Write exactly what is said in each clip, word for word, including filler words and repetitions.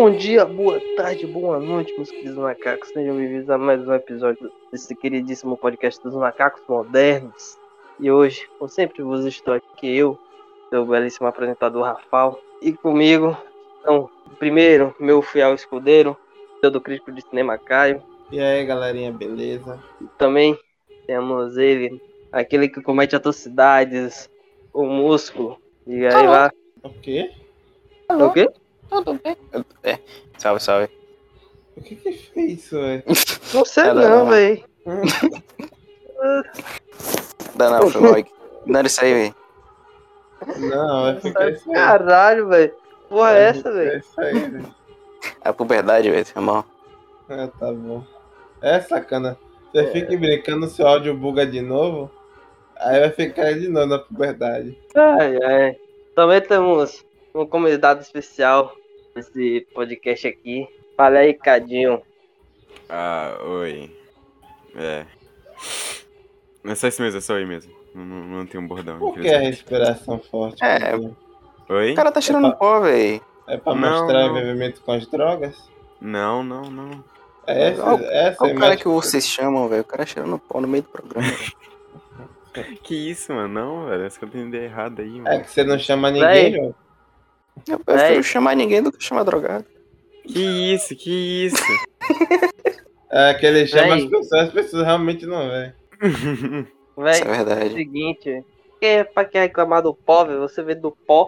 Bom dia, boa tarde, boa noite, meus queridos macacos. Sejam bem-vindos a mais um episódio desse queridíssimo podcast dos macacos modernos. E hoje, como sempre, vos estou aqui, eu, seu belíssimo apresentador Rafael. E comigo, então, primeiro, meu fiel escudeiro, todo crítico de cinema Caio. E aí, galerinha, beleza? E também temos ele, aquele que comete atrocidades, o músculo. E aí, vai. O quê? O quê? Tudo bem? É, salve, salve. O que que fez isso, velho? Não sei Nada, não, não. velho. Dá não, foi mal. Não era isso aí, velho. Não, vai ficar isso aí. Caralho, velho. Porra é Vai essa, ficar velho? isso aí, velho. A puberdade, velho, foi mal. Ah, tá bom. É sacana. Você fica brincando, seu áudio buga de novo, aí vai ficar de novo na puberdade. Ai, ai. Também temos um convidado especial nesse podcast aqui. Fala aí, Cadinho. Ah, oi. É. É só isso mesmo, é só aí mesmo. Não, não, não tem um bordão. Por que a respiração forte? É. Cadinho? Oi? O cara tá cheirando É pra- pó, velho. É pra Não, mostrar não. envolvimento com as drogas? Não, não, não. É essa, Olha essa Olha o cara imagem que vocês chamam, velho. O cara cheirando pó no meio do programa, velho. Que isso, mano? Não, velho. Acho que eu entendi errado aí, mano. É que você não chama ninguém, Véi. velho. Eu prefiro Véi. chamar ninguém do que chamar drogado. Que isso, que isso? É que ele chama Véi. as pessoas, as pessoas realmente não, velho. Isso é Véi, é o verdade. seguinte, que pra quem reclamar do pó, velho, você vê do pó,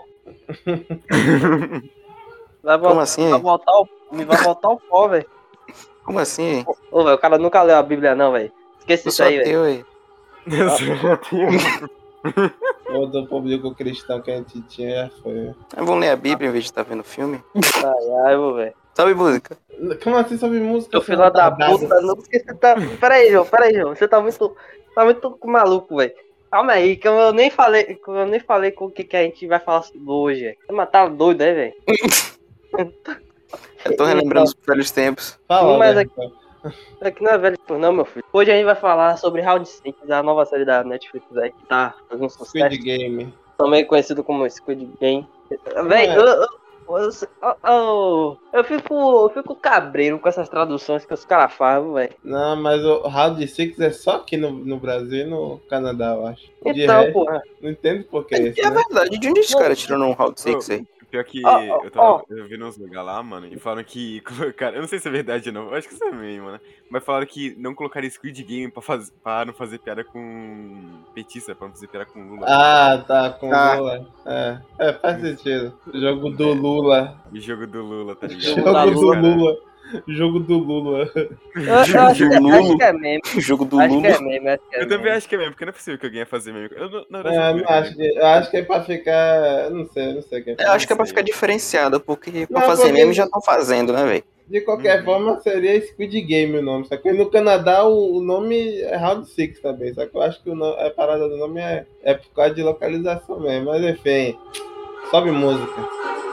vai Como voltar, assim? vai voltar o, me vai voltar o pó, velho. Como assim? Ô, velho, o cara nunca leu a Bíblia não, velho. Esquece Eu isso sou aí, velho. ateu, velho. Eu sou ateu. O do público cristão que a gente tinha já foi, velho. Vamos ler a Bíblia em vez de estar vendo filme? Ai, ai, vô, velho. Sabe música? Como assim sobre música? Seu seu filho da retardado? puta, não, porque você tá. Pera aí, João, pera aí, João. Você tá muito. Tá muito maluco, velho. Calma aí, que eu nem falei. Que eu nem falei com o que, que a gente vai falar hoje, velho. Mas tá doido, né, velho? Eu tô relembrando os velhos tempos. Fala, Mas velho. Aqui não é velho por não, meu filho. Hoje a gente vai falar sobre Round seis, a nova série da Netflix aí, que tá fazendo sucesso. Squid Game. Também conhecido como Squid Game. Véi, É. eu, eu, eu, eu, eu fico, eu fico cabreiro com essas traduções que os caras fazem, velho. Não, mas o Round seis é só aqui no, no Brasil e no Canadá, eu acho. De Então, resto, porra. não entendo por que É, isso, é né? verdade. De onde esses caras tiraram um Round six aí? Pior que Ó, ó, eu tava ó. eu vi uns lugares lá, mano, e falaram que colocaram. Eu não sei se é verdade ou não, eu acho que isso é mesmo, né? Mas falaram que não colocaram Squid Game pra, faz, pra não fazer piada com petista, pra não fazer piada com Lula. Ah, tá, com Ah. Lula. É, é, faz sentido. Jogo do Lula. O jogo do Lula, tá ligado? Jogo Jogo da do Lula. Lula. Jogo do Lula. Eu, eu acho, que, acho que é meme. O jogo do Acho que Lula. é meme, acho que é Eu também meme. acho que é mesmo, porque não é possível que alguém ia fazer meme. Eu, não- na verdade, É, eu não acho que, eu acho que é pra ficar. Eu não sei, eu não sei o que é. Eu acho que é pra sei. ficar diferenciado, porque pra Não, fazer porque- meme já estão fazendo, né, velho? De qualquer Uhum. forma, seria Squid Game o nome. Só que no Canadá o, o nome é Round seis também. Só que eu acho que o nome, a parada do nome é, é por causa de localização mesmo. Mas enfim, sobe música.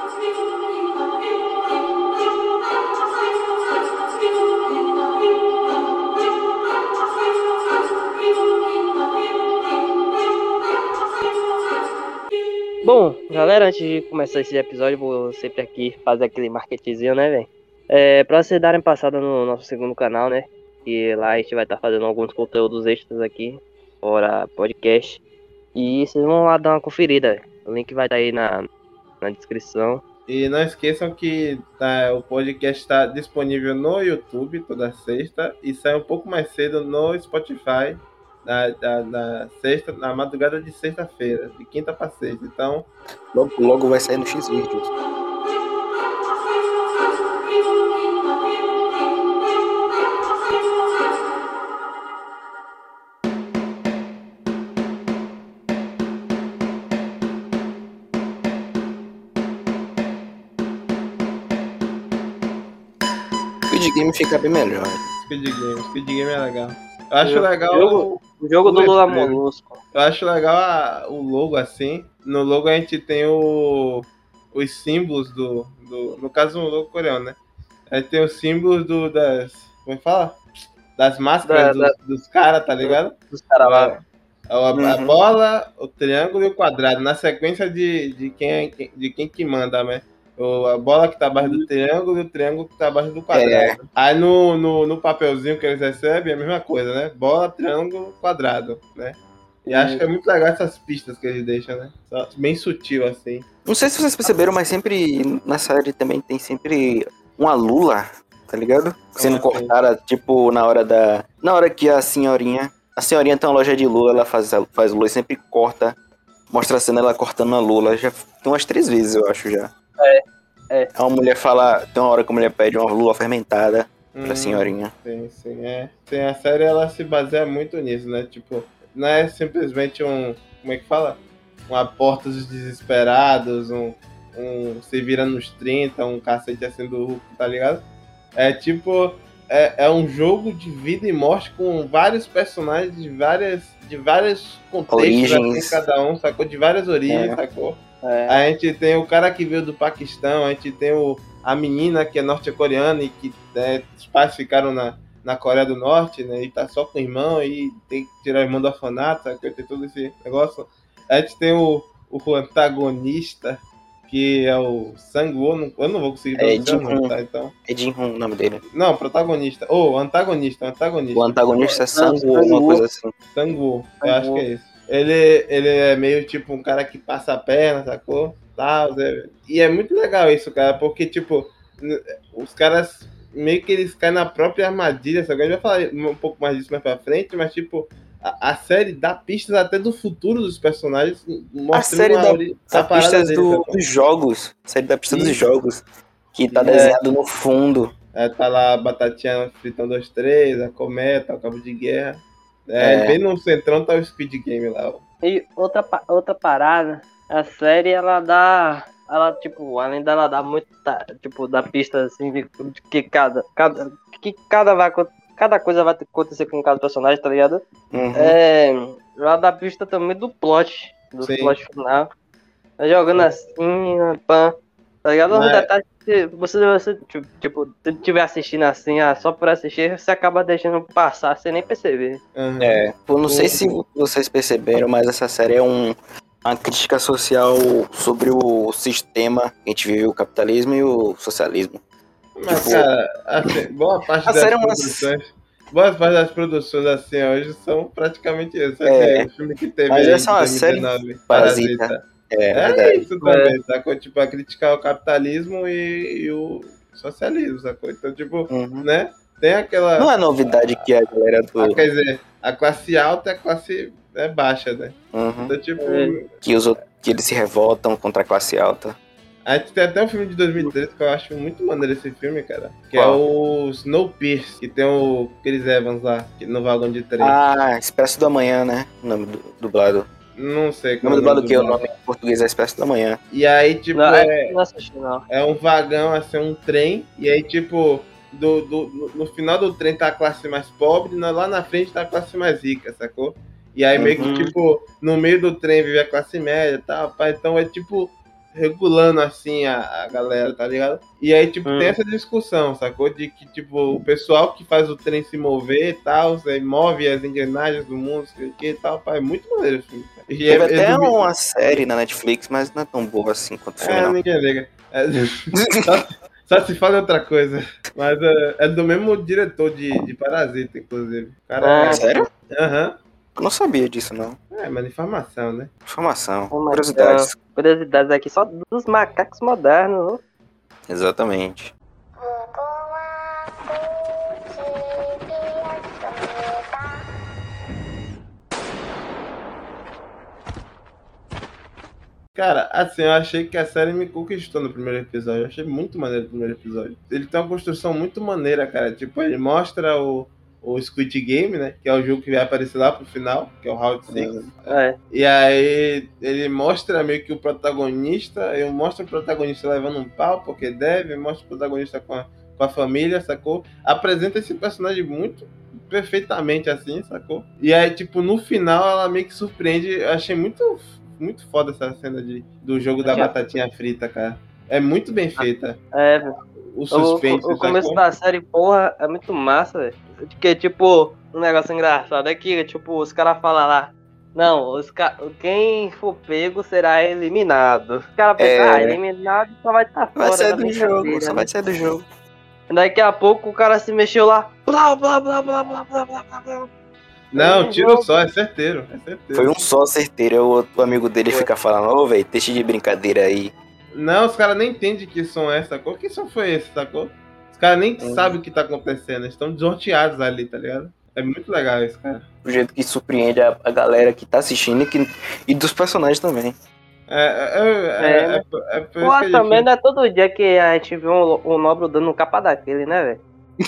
Bom, galera, antes de começar esse episódio, vou sempre aqui fazer aquele marketzinho, né, velho? É, pra vocês darem passada no nosso segundo canal, né? E lá a gente vai estar fazendo alguns conteúdos extras aqui, fora podcast. E vocês vão lá dar uma conferida, velho. O link vai estar aí na, na descrição. E não esqueçam que tá, o podcast está disponível no YouTube toda sexta e sai um pouco mais cedo no Spotify na, na, na sexta, na madrugada de sexta-feira, de quinta para sexta. Então, Logo, logo vai sair no X-Videos. Squid Game fica bem melhor. Speed Game, Speed Game é legal. Eu acho Jogo- legal. jogo- O jogo do o Lula letreiro. Molusco. Eu acho legal a- o logo assim. No logo a gente tem o, os símbolos do, do. No caso, um logo coreano, né? Aí tem os símbolos do, das. Como é que fala? Das máscaras Da- dos, dos caras, tá ligado? Dos caras lá. A, a- a Uhum. bola, o triângulo e o quadrado. Na sequência de, de, quem, é- de quem que manda, né? O, a bola que tá abaixo do triângulo e o triângulo que tá abaixo do quadrado. É. Aí no, no, no papelzinho que eles recebem é a mesma coisa, né? Bola, triângulo, quadrado, né? E acho que é muito legal essas pistas que eles deixam, né? Bem sutil, assim. Não sei se vocês perceberam, mas sempre na série também tem sempre uma lula, tá ligado? Sendo Como assim? cortada, tipo, na hora da... Na hora que a senhorinha... A senhorinha tem uma loja de lula, ela faz, faz lula e sempre corta. Mostra a cena ela cortando a lula. Já tem umas três vezes, eu acho, já. É, é. A mulher fala... Tem uma hora que a mulher pede uma lula fermentada pra Hum, senhorinha. Sim, sim, é. Sim, a série, ela se baseia muito nisso, né? Tipo, não é simplesmente um... Como é que fala? Um Aporta dos Desesperados, um, um Se Vira nos trinta, um Cacete Assim do Hulk, tá ligado? É tipo, é, é um jogo de vida e morte com vários personagens de várias, de vários contextos, assim, cada um, sacou? De várias origens, é. sacou? É. A gente tem o cara que veio do Paquistão, a gente tem o, a menina que é norte-coreana e que né, os pais ficaram na, na Coreia do Norte, né? E tá só com o irmão e tem que tirar o irmão do orfanato, sacou? Tem todo esse negócio. A gente tem o, o antagonista, que é o Sang-woo, eu não vou conseguir pronunciar o nome, tá? Então... É Jin-Hoon o nome dele. Não, protagonista. Ou oh, antagonista, antagonista. O antagonista é Sang-woo, alguma coisa assim. Sang-woo, eu acho que é isso. Ele, ele é meio tipo um cara que passa a perna, sacou? Tal, é... E é muito legal isso, cara, porque, tipo, os caras meio que eles caem na própria armadilha, sacou? A gente vai falar um pouco mais disso mais pra frente, mas, tipo... A, a série dá pistas até do futuro dos personagens. A série dá, ori- dá a pistas deles, do, dos jogos. A série dá pistas dos jogos. Que tá é. desenhado no fundo. É, tá lá a Batatinha Fritão dois três, a Cometa, o Cabo de Guerra. É, é. Bem no centrão tá o Speed Game lá. Ó. E outra, outra parada, a série ela dá... Ela, tipo, além dela dar muita... Tipo, dá pistas assim de, de que cada... cada que cada vai acontecer. Cada coisa vai acontecer com cada personagem, tá ligado? Uhum. É, lá da pista também do plot, do Sim. plot final. Tá jogando assim, pã, tá ligado? Mas... Um detalhe que você, você, tipo, se estiver assistindo assim, ah, só por assistir, você acaba deixando passar sem nem perceber. Uhum. É, eu não sei se vocês perceberam, mas essa série é um, uma crítica social sobre o sistema que a gente vive, o capitalismo e o socialismo. Mas, tipo, cara, assim, boa parte das produções, uma... boa parte das produções assim hoje são praticamente isso. É, assim, o filme que teve mas aí essa é uma série Parasita. Parasita. É, é isso também, é. sacou? Tipo, a criticar o capitalismo e, e o socialismo, sacou? Então, tipo, uhum. né? Tem aquela... Não é novidade a, que a galera do... A, quer dizer, a classe alta e a classe é, baixa, né? Uhum. Então, tipo... É. Que, os, que eles se revoltam contra a classe alta. A gente tem até um filme de dois mil e treze que eu acho muito maneiro esse filme, cara. Que Qual? É o Snowpiercer, que tem o Chris Evans lá, no vagão de trem. Ah, Expresso do Amanhã, né? O nome do dublado. Não sei. O nome dublado que é o nome em português é Expresso da Manhã. E aí, tipo, não, é, não assisti, não. é um vagão, assim, um trem. E aí, tipo, do, do, no, no final do trem tá a classe mais pobre, lá na frente tá a classe mais rica, sacou? E aí, uhum. meio que, tipo, no meio do trem vive a classe média e tal, pá. Então é, tipo... regulando assim a, a galera, tá ligado? E aí, tipo, hum. tem essa discussão, sacou? De que, tipo, o pessoal que faz o trem se mover e tal, né, move as engrenagens do mundo, sei o que e tal, pá, é muito maneiro o filme. E Teve é, até é do... uma série na Netflix, mas não é tão boa assim quanto o filme, é, não. ninguém liga. É, só, só se fala outra coisa. Mas é, é do mesmo diretor de, de Parasita, inclusive. Cara, ah, sério? Aham. Uhum. Eu não sabia disso, não. É, mas informação, né? Informação, curiosidades. Curiosidades aqui só dos macacos modernos, né? Exatamente. Cara, assim, eu achei que a série me conquistou no primeiro episódio. Eu achei muito maneiro o primeiro episódio. Ele tem uma construção muito maneira, cara. Tipo, ele mostra o... o Squid Game, né? Que é o jogo que vai aparecer lá pro final, que é o Round seis. É. E aí ele mostra meio que o protagonista, eu mostro o protagonista levando um pau, porque deve, mostra o protagonista com a, com a família, sacou? Apresenta esse personagem muito perfeitamente assim, sacou? E aí, tipo, no final ela meio que surpreende. Eu achei muito, muito foda essa cena de, do jogo da batatinha frita, cara. É muito bem feita. É, velho. O suspense, o, o começo sacou? Da série, porra, é muito massa, velho. Porque, tipo, um negócio engraçado é que, tipo, os caras falam lá, Não, os ca... quem for pego será eliminado. Os caras pensam, É. ah, eliminado só vai estar fora Vai sair da do jogo, brincadeira, só né? vai sair do jogo. Daqui a pouco o cara se mexeu lá. Blá, blá, blá, blá, blá, blá, blá, blá, blá. Não, Aí, tiro jogo. só, é certeiro. É certeiro. Foi um só certeiro, o outro amigo dele Foi. fica falando, ô, velho, deixa de brincadeira aí. Não, os caras nem entendem que som é, sacou? Que som foi esse, sacou? Os caras nem Uhum. sabem o que tá acontecendo, eles estão desnorteados ali, tá ligado? É muito legal isso, cara. Do jeito que surpreende a, a galera que tá assistindo e, que, e dos personagens também. É, é, é, é, é, é por isso Pô, que a também gente... não é todo dia que a gente vê um, um Nobro dando um capa daquele, né, velho?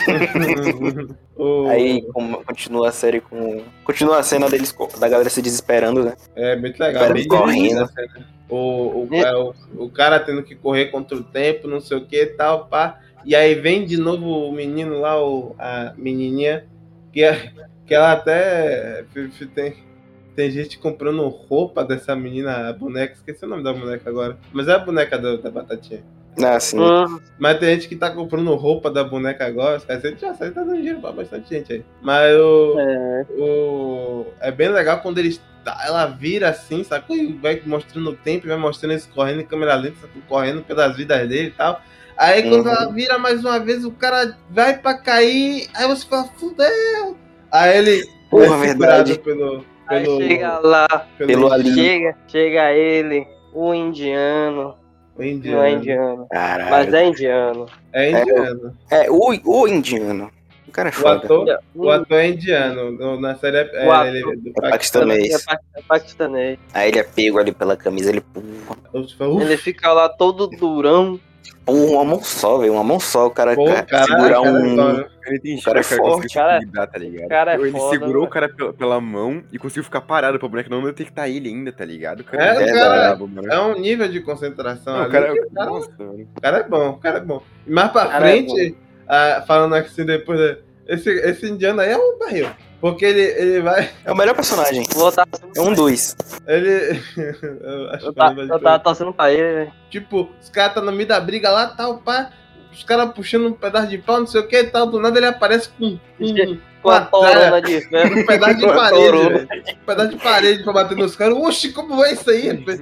o... Aí como, continua a série com. Continua a cena deles co- da galera se desesperando, né? É muito legal, Cara, bem correndo. divertido a cena. O, o, é, o, o cara tendo que correr contra o tempo, não sei o que e tal, pá. E aí vem de novo o menino lá, o, a menininha, que, é, que ela até tem, tem gente comprando roupa dessa menina, a boneca, esqueci o nome da boneca agora, mas é a boneca do, da Batatinha. Ah, assim. Hum, Mas tem gente que tá comprando roupa da boneca agora, os caras já sabem que tá dando dinheiro pra bastante gente aí. Mas o... é. O... É bem legal quando eles. Ela vira assim, sacou? E vai mostrando o tempo, e vai mostrando eles correndo em câmera lenta, sacou? Correndo pelas vidas dele e tal. Aí quando Uhum. ela vira mais uma vez, o cara vai pra cair, aí você fala, fudeu! Aí ele Porra, é segurado verdade. pelo. Aí pelo, chega lá, pelo, pelo ali. chega, chega ele, o indiano. o Não é indiano. indiano, Caralho. mas é indiano. É indiano. É, o, o indiano. O cara é O foda. ator, o Hum, ator é indiano. No- Na série é, O é, ele ator. é do É Paquistão. paquistanês. É, pa- é paquistanês. Aí ele é pego ali pela camisa, ele pula. Eu falo, Ele "Uf, fica lá todo durão. Pum, uma mão só, velho. Uma mão só. O cara, pô, cara caralho, segurar cara, um. adoro." Eu não entendi O cara é como que forte, conseguiu se cara. equilibrar, tá ligado? O cara é Ele foda, segurou mano. o cara pela, pela mão e conseguiu ficar parado pra boneca não detectar ele ainda, tá ligado? O cara É, o muito cara brabo, mano. é um nível de concentração Não, o ali. cara, que o cara- nossa, mano. O cara é bom, o cara é bom. E mais pra Cara é frente, ah, falando assim depois, né, esse, esse indiano aí é um barril. Porque ele, ele vai. É o melhor personagem. Vou tá, É um dois. Ele. eu acho eu, que tá, eu eu tava torcendo pra ele, velho. Tipo, os caras tá no meio da briga lá, tal, pá. Os caras puxando um pedaço de pau, não sei o que e tal. Do nada ele aparece com, com Com a Uma torona de ferro. um pedaço de Uma parede, torona. velho. Um pedaço de parede pra bater nos caras. Oxi, como é isso aí? rapaz?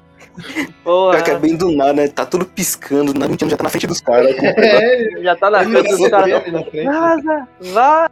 O cara que é Porra, bem do nada, né? Tá tudo piscando. Na mentira, já tá na frente dos caras. É, já tá na ele frente dos caras. ali na frente. Vaza, vá.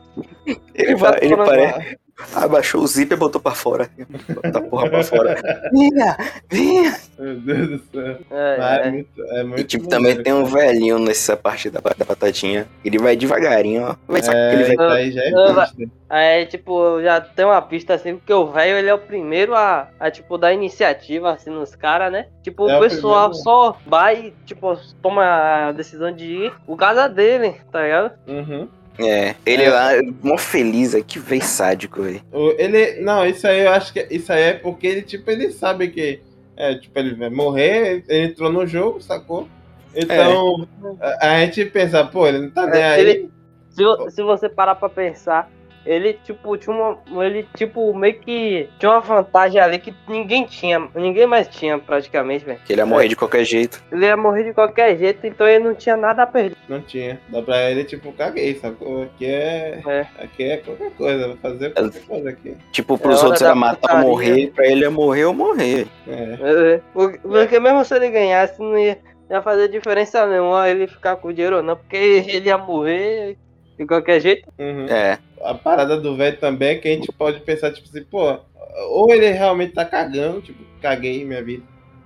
Ele vai, ele Tá parece. Abaixou o zíper e botou pra fora. Botou a porra pra fora. Vinha, vinha. Meu Deus do céu. É, Mas é é. muito, é muito E tipo, maneiro, também tem um velhinho nessa parte da, da batatinha. Ele vai devagarinho, ó. Vai, É, ele vai. isso aí já é Eu- triste. Aí, tipo, já tem uma pista assim, porque o velho, ele é o primeiro a, a tipo, dar iniciativa, assim, nos caras, né? Tipo, É o o pessoal primeiro. só vai, tipo, toma a decisão de ir, o casa dele, tá ligado? Uhum. É, ele É. lá, mó feliz, aí, que veio sádico, velho. O- Ele. Não, isso aí eu acho que. Isso aí é porque ele, tipo, ele sabe que. É, tipo, ele vai morrer, ele entrou no jogo, sacou? Então, a, a gente pensa, pô, ele não tá nem aí. Ele- Se, vo- se você parar pra pensar, ele, tipo, tinha uma. Ele, tipo, meio que tinha uma vantagem ali que ninguém tinha, ninguém mais tinha, praticamente, velho. Que ele ia morrer de qualquer jeito. Ele ia morrer de qualquer jeito, então ele não tinha nada a perder. Não tinha. Dá pra ele, tipo, caguei, sacou? Aqui é. É. Aqui é qualquer coisa, vou fazer qualquer coisa aqui. Tipo, pros É hora outros da era matar ou putaria. morrer, pra ele é morrer ou morrer. É. É, Porque porque mesmo se ele ganhasse, não ia, ia fazer diferença nenhuma ele ficar com o dinheiro ou não, porque ele ia morrer de qualquer jeito. Uhum. É. A parada do velho também é que a gente pode pensar, tipo assim, pô, ou ele realmente tá cagando, tipo, caguei minha vida.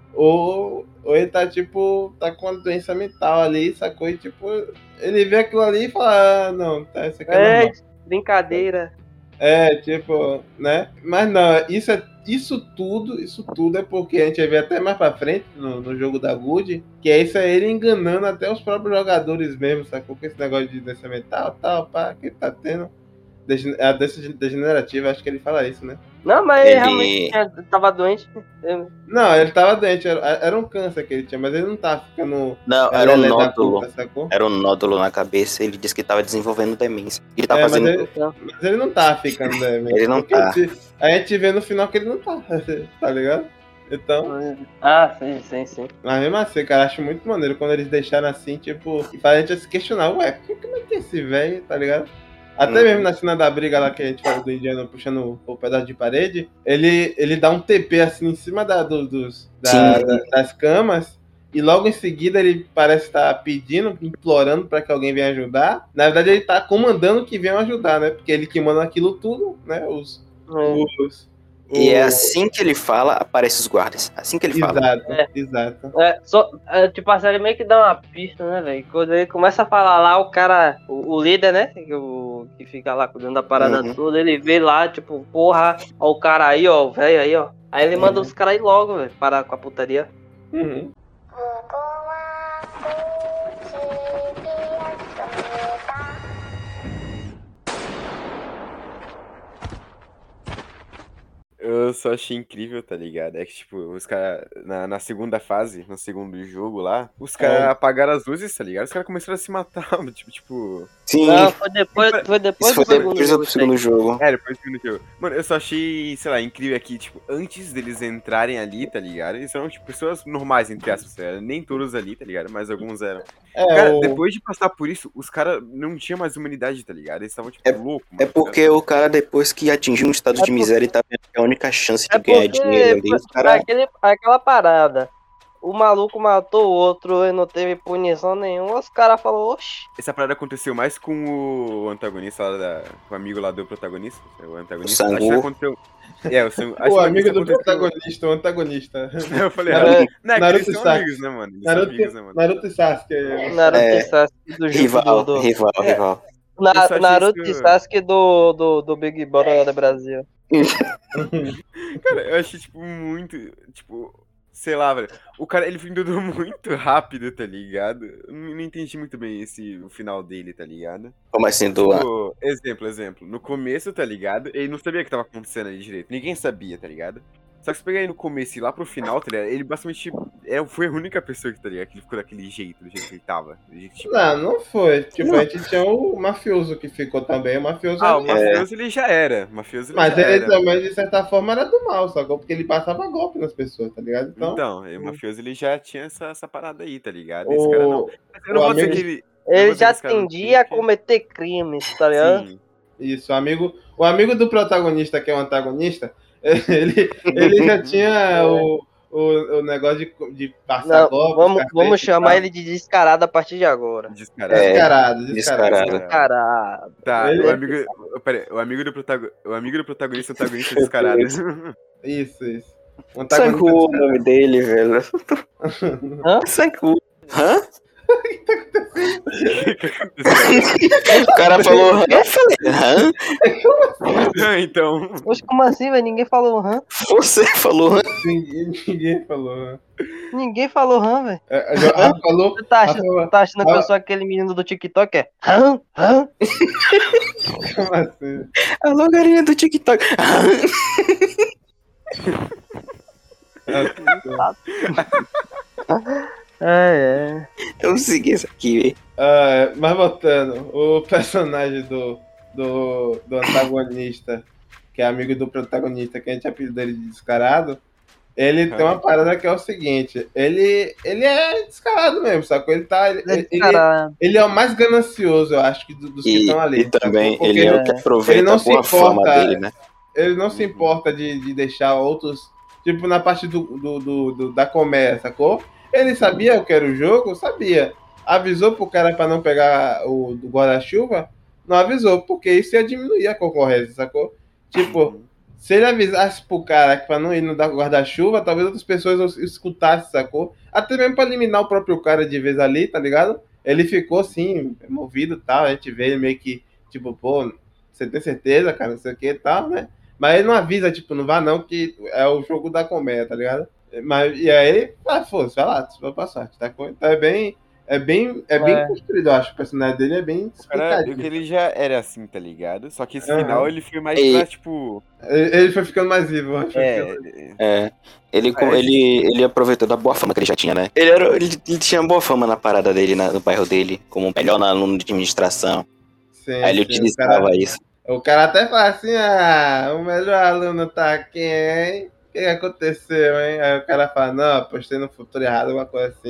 Ou, ou ele tá, tipo, tá com uma doença mental ali, sacou? E, tipo, ele vê aquilo ali e fala, ah, não, tá, isso aqui é É, normal. brincadeira. É, tipo, né? Mas não, isso, é, isso tudo, isso tudo é porque a gente vai ver até mais pra frente no, no jogo da Good, que é isso aí ele enganando até os próprios jogadores mesmo, sacou? Com esse negócio de doença mental, tal, pá, que ele tá tendo. Degen- A doença degenerativa, acho que ele fala isso, né? Não, mas ele, Ele- realmente tinha- tava doente. Eu- Não, ele tava doente, era, era um câncer que ele tinha, mas ele não tava ficando. Não, era um lelé da nódulo. puta, sacou? Era um nódulo na cabeça, ele disse que tava desenvolvendo demência. Ele tá É, mas fazendo. ele- Mas ele não tá ficando doente. Ele não porque tá. se- A gente vê no final que ele não tá, tá ligado? Então. Ah, sim, sim, sim. Mas mesmo assim, cara, acho muito maneiro quando eles deixaram assim, tipo, e faz a gente se questionar, ué, como é que é esse velho, tá ligado? Até Uhum. mesmo na cena da briga lá que a gente falou do indiano puxando o pedaço de parede, ele, ele dá um T P assim em cima da, do- dos, da- Sim. da- das camas. E logo em seguida ele parece estar pedindo, implorando para que alguém venha ajudar. Na verdade, ele tá comandando que venham ajudar, né? Porque ele que manda aquilo tudo, né? Os. É. os E é o- assim que ele fala, aparecem os guardas. Assim que ele fala. Exato, É. exato. É, só, é, tipo, a série meio que dá uma pista, né, velho? Quando ele começa a falar lá, o cara, o, o líder, né? Que, o, que fica lá cuidando da parada Uhum. toda, ele vê lá, tipo, porra, ó o cara aí, ó, o velho aí, ó. Aí ele manda Uhum. os caras ir logo, velho, parar com a putaria. Uhum. Eu só achei incrível, tá ligado? É que, tipo, os caras, na, na segunda fase, no segundo jogo lá, os caras É. apagaram as luzes, tá ligado? Os caras começaram a se matar, tipo, tipo... Sim, Não, foi depois, foi isso depois foi do segundo depois jogo. do segundo jogo. É, depois do segundo jogo. Mano, eu só achei, sei lá, incrível aqui, tipo, antes deles entrarem ali, tá ligado? Eles eram, tipo, pessoas normais, entre aspas, tá ligado? Nem todos ali, tá ligado? Mas alguns eram. É, Cara, o... depois de passar por isso, os caras não tinham mais humanidade, tá ligado? Eles estavam, tipo, loucos, mano. É porque o cara, depois que atingiu um estado É de por- miséria e tá vendo que a única chance de É ganhar porque dinheiro ali, foi- os cara... aquele, aquela parada. O maluco matou o outro e não teve punição nenhuma. Os caras falaram, oxi. Essa parada aconteceu mais com o antagonista lá, da, com o amigo lá do protagonista, o antagonista. O Acho que Sangu. aconteceu... É, o Sangu. Acho o que amigo isso do aconteceu- protagonista, o antagonista. Eu falei, Naruto- ah, não, é que Naruto eles e são Sasuke. amigos, né, mano? Eles são Naruto, amigos, né, mano? Naruto e Sasuke. Naruto É. e Sasuke do jogo Rival, do... do... rival, É. rival. Na- Eu só achei Naruto e isso- Sasuke do, do, do Big Brother lá do Brasil. Cara, eu achei, tipo, muito. Tipo, sei lá, velho. O cara, ele foi tudo muito rápido, tá ligado? Eu não, não entendi muito bem esse, o final dele, tá ligado? Como assim, do... Tipo, exemplo, exemplo. No começo, tá ligado? Ele não sabia o que tava acontecendo ali direito. Ninguém sabia, tá ligado? Só que se pegar ele no começo e lá pro final, tá ligado? Ele basicamente é, foi a única pessoa que, tá ligado? Que ele ficou daquele jeito, do jeito que ele tava. Do jeito, tipo, Não, não foi. Tipo, Não. a gente tinha o mafioso que ficou também. O mafioso ah, era- o mafioso ele já era. O mafioso ele Mas já ele era. também, de certa forma, era do mal, sacou? Porque ele passava golpe nas pessoas, tá ligado? Então, Então, o mafioso ele já tinha essa, essa parada aí, tá ligado? Esse cara não. o... Mas eu não o vou dizer amigo- que ele. eu não Ele vou dizer já que esse cara não tendia a tem, porque- cometer crimes, tá ligado? Sim. Isso, o amigo, o amigo do protagonista, que é o antagonista, ele, ele já tinha o, o, o negócio de, de passar Não, golpe. vamos, cacete vamos e chamar tal. ele de descarado a partir de agora. Descarado. É. Descarado, descarado. Descarado. Descarado. Tá, Ele- o amigo. Pera aí, o amigo do protagonista. O amigo do protagonista antagonista descarado. Isso, isso. O antagonista Sangu, o nome dele, velho. Hã? Sangu. Hã? O cara falou hã? Eu falei, hã? Então. Oxe, como assim, velho? Ninguém falou rã? Você falou hã? Ninguém, ninguém falou. né? Ninguém falou rã, velho. É, já- ah, falou. Você tá, ach- Rafael, tá achando que ah. eu sou aquele menino do TikTok? É rã? Rã? como assim? Alô, galinha do TikTok. Hã? É, é. Eu segui isso aqui, velho. Ah, mas voltando, o personagem do, do, do antagonista, que é amigo do protagonista, que a gente apelidou ele de descarado, ele tem uma parada que é o seguinte, ele, ele é descarado mesmo, sacou? Ele, tá, ele, Ele é ele, descarado. ele é o mais ganancioso, eu acho, que do- dos que E, estão ali. e também sacou? ele Porque é o que ele aproveita não a se boa fama importa. dele, né? ele não se Uhum. importa de, de deixar outros, tipo, na parte do, do, do- do- da comédia, sacou? Ele sabia o que era o jogo? Sabia. Avisou pro cara pra não pegar o do guarda-chuva? Não avisou, porque isso ia diminuir a concorrência, sacou? Tipo, se ele avisasse pro cara que pra não ir no dar guarda-chuva, talvez outras pessoas escutassem, sacou? Até mesmo pra eliminar o próprio cara de vez ali, tá ligado? Ele ficou assim, movido e tal, a gente vê ele meio que, tipo, pô, você tem certeza, cara, não sei o que e tal, né? Mas ele não avisa, tipo, não vá não, que é o jogo da comédia, tá ligado? Mas, e aí, ah, foda-se, vai lá, vai pra sorte, tá? Então é bem, é bem, é bem É. construído, eu acho, o personagem dele é bem Cara, explicadinho. que ele já era assim, tá ligado? Só que esse Aham. final ele foi mais E- pra, tipo. Ele ele foi ficando mais vivo, eu acho. É. É. Ele, com- É. ele, ele aproveitou da boa fama que ele já tinha, né? Ele, era, ele, ele tinha boa fama na parada dele, na- no bairro dele, como o melhor aluno de administração. Sim, Aí ele sim, o utilizava cara, isso. o cara até fala assim, ah, o melhor aluno tá aqui, hein? O que que aconteceu, hein? Aí o cara fala, não, apostei no futuro errado, alguma coisa assim, né?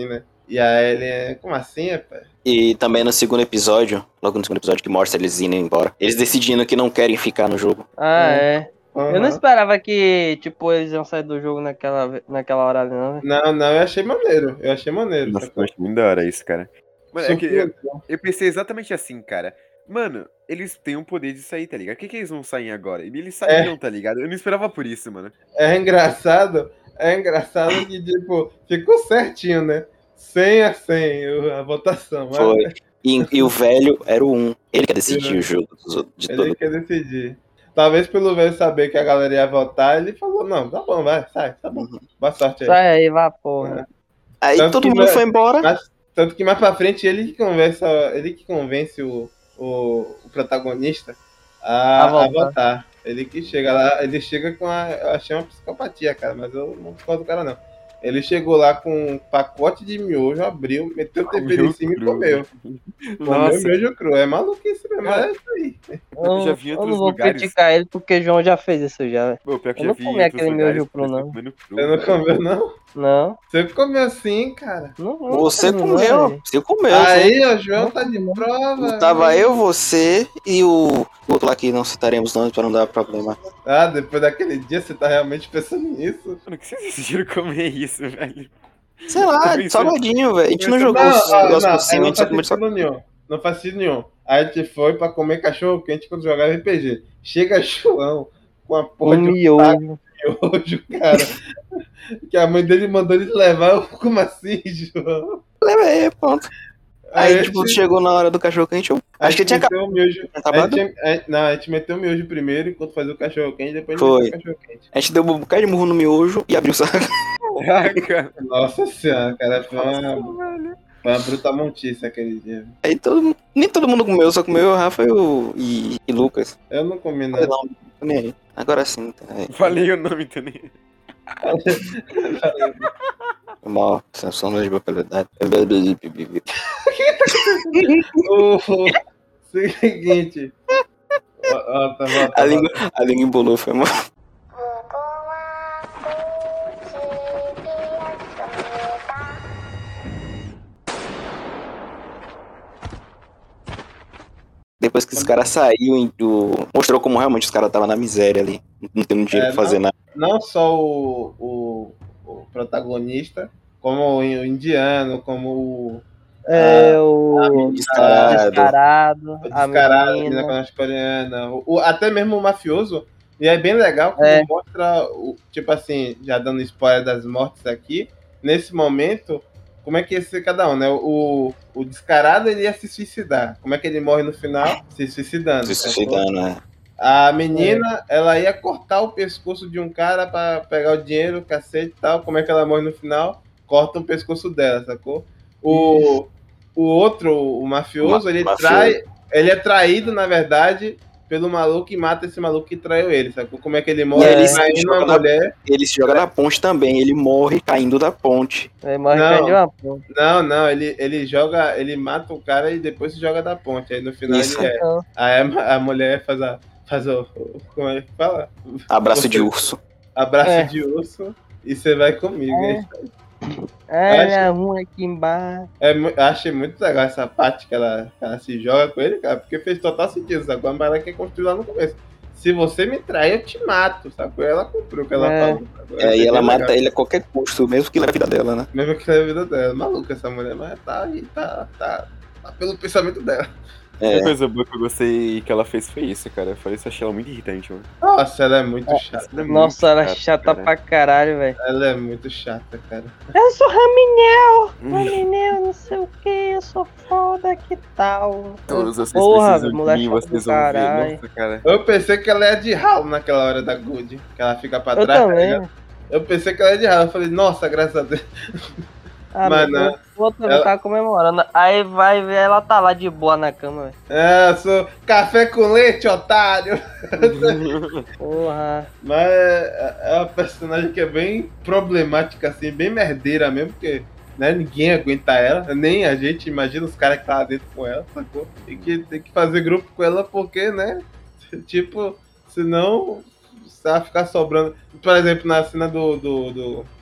E aí ele, como assim, rapaz? E também no segundo episódio, logo no segundo episódio que mostra eles indo embora, eles decidindo que não querem ficar no jogo. Ah, é. Uhum. Eu não esperava que, tipo, eles iam sair do jogo naquela, naquela hora ali, não, velho. Não, não, eu achei maneiro. Eu achei maneiro. Nossa, sacou? eu achei muito da hora isso, cara. Mano, é que eu, Surpreendeu. eu pensei exatamente assim, cara. Mano, eles têm o poder de sair, tá ligado? Por que, que eles não saem agora? E eles saíram, tá ligado? Eu não esperava por isso, mano. É engraçado, é engraçado que, tipo, ficou certinho, né? cem a cem o- a votação. mas Foi. E, e o velho era o um. Ele quer decidir É. o jogo dos outros- de Ele todo. quer decidir. Talvez pelo velho saber que a galera ia votar, ele falou, não, tá bom, vai, sai, tá bom. Uhum. Boa sorte aí. Sai aí, vá, porra. Aí Tanto todo que mundo vai- foi embora. Mas, tanto que mais pra frente ele que conversa, ele que convence o, o, o protagonista a, A a votar. votar. Ele que chega lá, ele chega com a. Eu achei uma psicopatia, cara, mas eu não discordo do cara, não. Ele chegou lá com um pacote de miojo, abriu, meteu o tempero em cima e comeu. Comeu Nossa, miojo cru. É maluquice mesmo, Cara, é isso aí. Eu, já vi em eu outros não vou lugares. criticar ele porque João já fez isso já, velho. pô, pior que Eu já não vi em comi outros aquele lugares, miojo cru, pessoas não. comendo cru, Você não velho. comeu, não? Não, Você comeu assim, cara. não. não Você comi, não, comeu. velho. Você comeu. Aí, ó, João Não tá de comi, não. prova. Tava né? eu, você e o outro lá que não citaremos nomes pra não dar problema. Ah, depois daquele dia você tá realmente pensando nisso? Mano, por que vocês decidiram comer isso, velho? Sei lá, Também salgadinho, velho. A gente não Não, jogou Não, os ó, negócios não, por é, cima, a não gente só faz comeu só. sentido nenhum. Não faz sentido nenhum. A gente foi pra comer cachorro quente quando jogava R P G. Chega João com a porra Um de um miojo. miojo, cara. Que a mãe dele mandou ele levar. Eu, como assim, João? Levei, pronto. Aí, a tipo, gente- chegou na hora do cachorro quente, eu a acho que gente tinha meteu o miojo. A acabado. gente, a gente- não, a gente meteu o miojo primeiro enquanto fazia o cachorro quente, depois a gente Foi. meteu o cachorro quente. A gente deu um bocado de murro no miojo e abriu o saco. Caraca. Nossa senhora, cara, foi uma, Nossa, velho. foi uma bruta montice aquele dia. Aí todo mundo, nem todo mundo comeu, só comeu o Rafa e o e, e Lucas. Eu não comi Falei, nada. não, tô nem aí. Agora sim, tá aí. Falei o nome também. Mal, sensação de propriedade. O seguinte. Ó, ó, tá, ó, tá, A língua, a língua embolou, foi mal. Depois que os caras saíram, do... mostrou como realmente os caras estavam na miséria ali, não tendo dinheiro É, pra fazer nada. não só o, o, o protagonista, como o indiano, como o, É o Descarado. descarado, o a descarado, a menina. menina coreana, o, o- até mesmo o mafioso. E é bem legal como É. mostra, o, tipo assim, já dando spoiler das mortes aqui, nesse momento, como é que ia ser cada um, né? O, o descarado ele ia se suicidar. Como é que ele morre no final? Se suicidando. Se sacou? suicidando, né? A menina, ela ia cortar o pescoço de um cara pra pegar o dinheiro, cacete e tal. Como é que ela morre no final? Corta o pescoço dela, sacou? O, o outro, o mafioso, Ma- ele mafioso. trai. Ele é traído, na verdade, pelo maluco e mata esse maluco que traiu ele, sacou? Como é que ele morre? E ele Ele se traindo joga uma na- mulher. Ele se joga na ponte também, ele morre caindo da ponte. Ele morre Não. caindo de uma ponta. Não, não, ele, ele joga. Ele mata o cara e depois se joga da ponte. Aí no final Isso. ele é. Então, Aí a, a mulher faz a. Faz o. o- Como é que fala? Abraço Você- de urso. Abraço É. de urso e você vai comigo. É. É isso aí. é, acho- é ruim aqui embaixo. É, mu- eu achei muito legal essa parte que ela, que ela se joga com ele, cara, porque fez total sentido, sabe? Mas ela quer construir lá no começo. Se você me trair, eu te mato, sabe? Ela cumpriu o que ela É. falou. sabe? É, e Achei ela bem mata legal. ele a qualquer custo, mesmo que leve a vida dela, né? Mesmo que seja a vida dela. Maluca essa mulher, mas tá aí, tá, tá, tá pelo pensamento dela. A única É. coisa boa que eu gostei que ela fez foi isso, cara. Eu falei isso, achei ela muito irritante, mano. Nossa, ela é muito chata. Ela é muito Nossa, ela é chata, chata cara. pra caralho, velho. Ela é muito chata, cara. Eu sou Raminel, Raminel, não sei o que, eu sou foda, que tal? Todos vocês Porra, precisam mulher de mim, chata vocês do vão ver. caralho. Nossa, cara. Eu pensei que ela é de Hal naquela hora da Good, que ela fica pra Eu trás. tá também. ligado? Eu pensei que ela é de Hal. Eu falei, nossa, graças a Deus. Ah, Mas meu não. Deus, o outro Ela- tá comemorando. Aí vai ver, ela tá lá de boa na cama, velho. É, eu sou café com leite, otário. Porra. Mas é é uma personagem que é bem problemática, assim, bem merdeira mesmo, porque né, ninguém aguenta ela, nem a gente, imagina os caras que tá lá dentro com ela, sacou? Tem que, tem que fazer grupo com ela porque, né? Tipo, senão se ela ficar sobrando. Por exemplo, na cena do, do, do,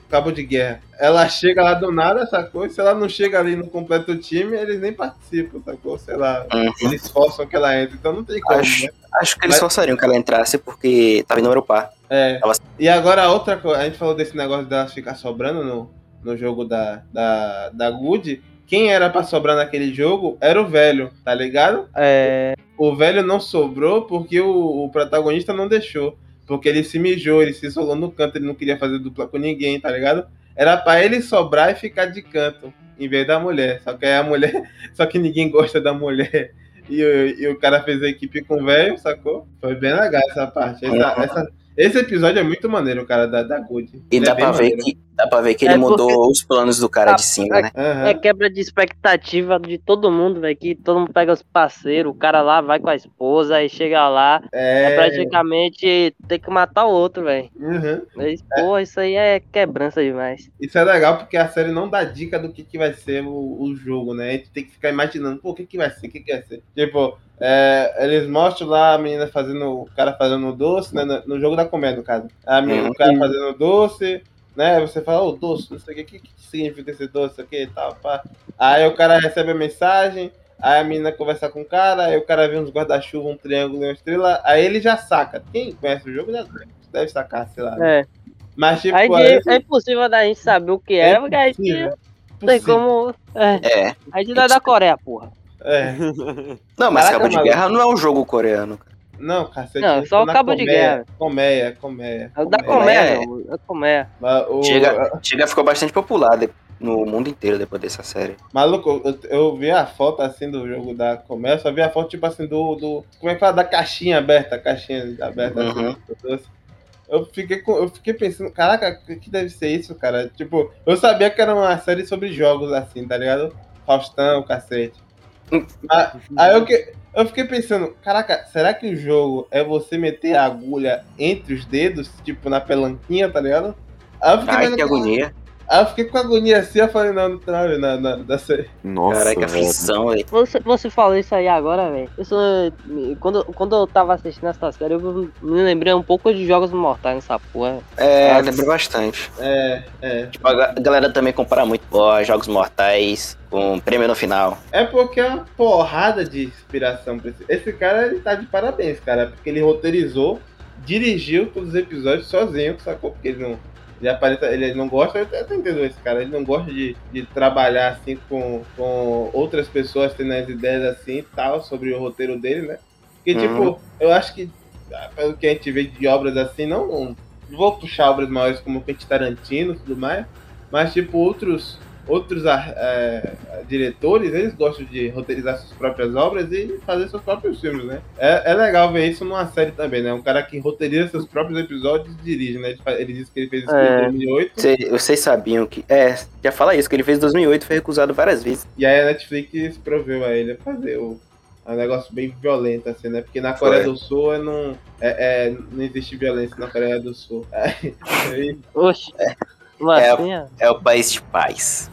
cabo de guerra. Ela chega lá do nada, sacou? E se ela não chega ali no completo time, eles nem participam, sacou? Sei lá, Uhum. eles forçam que ela entre, então não tem como, Acho, né? acho que eles Mas- forçariam que ela entrasse porque tava em número par. É. Ela- E agora a outra coisa, a gente falou desse negócio dela ficar sobrando no, no jogo da, da, da Good. Quem era pra sobrar naquele jogo era o velho, tá ligado? É, O velho não sobrou porque o, o protagonista não deixou. Porque ele se mijou, ele se isolou no canto, ele não queria fazer dupla com ninguém, tá ligado? Era pra ele sobrar e ficar de canto, em vez da mulher. Só que aí a mulher. Só que ninguém gosta da mulher. E, o- e o cara fez a equipe com o velho, sacou? Foi bem legal essa parte. Essa, essa- esse episódio é muito maneiro, cara, da, da Good. E Ele dá é bem pra, ver maneiro. que, dá pra ver que É ele porque- mudou os planos do cara Tá, de cima, né? Aham. é quebra de expectativa de todo mundo, velho. Que todo mundo pega os parceiros, o cara lá vai com a esposa, aí chega lá, é, É. praticamente ter que matar o outro, velho. Uhum. Mas, porra, isso aí é quebrança demais. Isso é legal porque a série não dá dica do que, que vai ser o, o jogo, né? A gente tem que ficar imaginando, pô, o que, que vai ser, o que, que vai ser. Tipo, é, eles mostram lá a menina fazendo, o cara fazendo doce, né? No, no jogo da comédia, no caso. A menina, Uhum. O cara fazendo doce, né? Você fala, ô, doce, não sei o que, o que, que significa esse doce aqui e tal, pá. Aí o cara recebe a mensagem, aí a menina conversa com o cara, aí o cara vê uns guarda-chuva, um triângulo e uma estrela, aí ele já saca. Quem conhece o jogo já deve sacar, sei lá. né? É. Mas, tipo, Aí de- aí- é impossível da gente saber o que é, porque a gente possível, não tem possível. como. É, É. a gente não é da Coreia, porra. É. Não, mas Caraca, Cabo de maluco. Guerra não é um jogo coreano. Não, cacete. Não, eu só tô o na cabo de colmeia, guerra. Colmeia, colmeia. É o da Colmeia Coméia, é- meu. É Coméia. Mas o- Chega, chega ficou bastante popular de- no mundo inteiro depois dessa série. Maluco, eu, eu vi a foto assim do jogo da colmeia, só vi a foto tipo assim do, do. Como é que fala? Da caixinha aberta, a caixinha aberta assim, Uhum. do doce. Eu fiquei, com- eu fiquei pensando, caraca, o que deve ser isso, cara? Tipo, eu sabia que era uma série sobre jogos assim, tá ligado? Faustão, cacete. Ah, Aí eu, que, eu fiquei pensando, caraca, será que o jogo é você meter a agulha entre os dedos, tipo na pelanquinha, tá ligado? Aí eu fiquei, Ai, vendo, que agonia. aí eu fiquei com agonia assim, eu falei, não, não tem nada a ver na, na, da série. Nossa, Caraca, velho. aflição, velho. Você, você falou isso aí agora, velho. Isso, me- Quando, quando eu tava assistindo essa série, eu me lembrei um pouco de Jogos Mortais nessa porra. É, Nossa. lembra bastante. É, é. Tipo, a ga- a galera também compara muito ó, Jogos Mortais com prêmio no final. É porque é uma porrada de inspiração pra esse. Esse cara, ele tá de parabéns, cara, porque ele roteirizou, dirigiu todos os episódios sozinho, sacou? Porque ele não. Ele aparenta, ele não gosta, eu até entendo esse cara, ele não gosta de, de trabalhar assim com, com outras pessoas tendo as ideias assim e tal, sobre o roteiro dele, né? Porque, Uhum. tipo, eu acho que, ah, pelo que a gente vê de obras assim, não, não vou puxar obras maiores como Quentin Tarantino e tudo mais, mas, tipo, outros, outros ah, é, diretores, eles gostam de roteirizar suas próprias obras e fazer seus próprios filmes, né? É, é legal ver isso numa série também, né? Um cara que roteiriza seus próprios episódios e dirige, né? Ele, fa- ele disse que ele fez isso É. em dois mil e oito, Cê- vocês sabiam que. É, já fala isso, que ele fez em dois mil e oito e foi recusado várias vezes. e aí a Netflix proveu a ele a fazer o, um negócio bem violento, assim, né? Porque na Coreia Foi. do Sul é não, é, é- não existe violência na Coreia do Sul. Aí- aí- Oxe. Uma É. assim, ó. É o país de paz.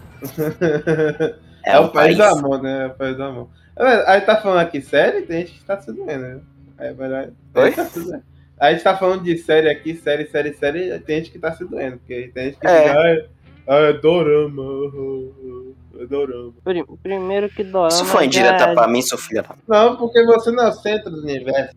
É, o país do amor, né? É o país do amor. É, aí tá falando aqui série, tem gente que tá se doendo, né? É verdade. Oi? Tá se doendo. A gente tá falando de série aqui, série, série, série, tem gente que tá se doendo, porque tem gente que É. fica, ai, ai, é dorama, oh, oh, é dorama. Pri- Primeiro que Dorama. Isso foi já- indireta pra mim, sua filha da. Não, porque você não é o centro do universo.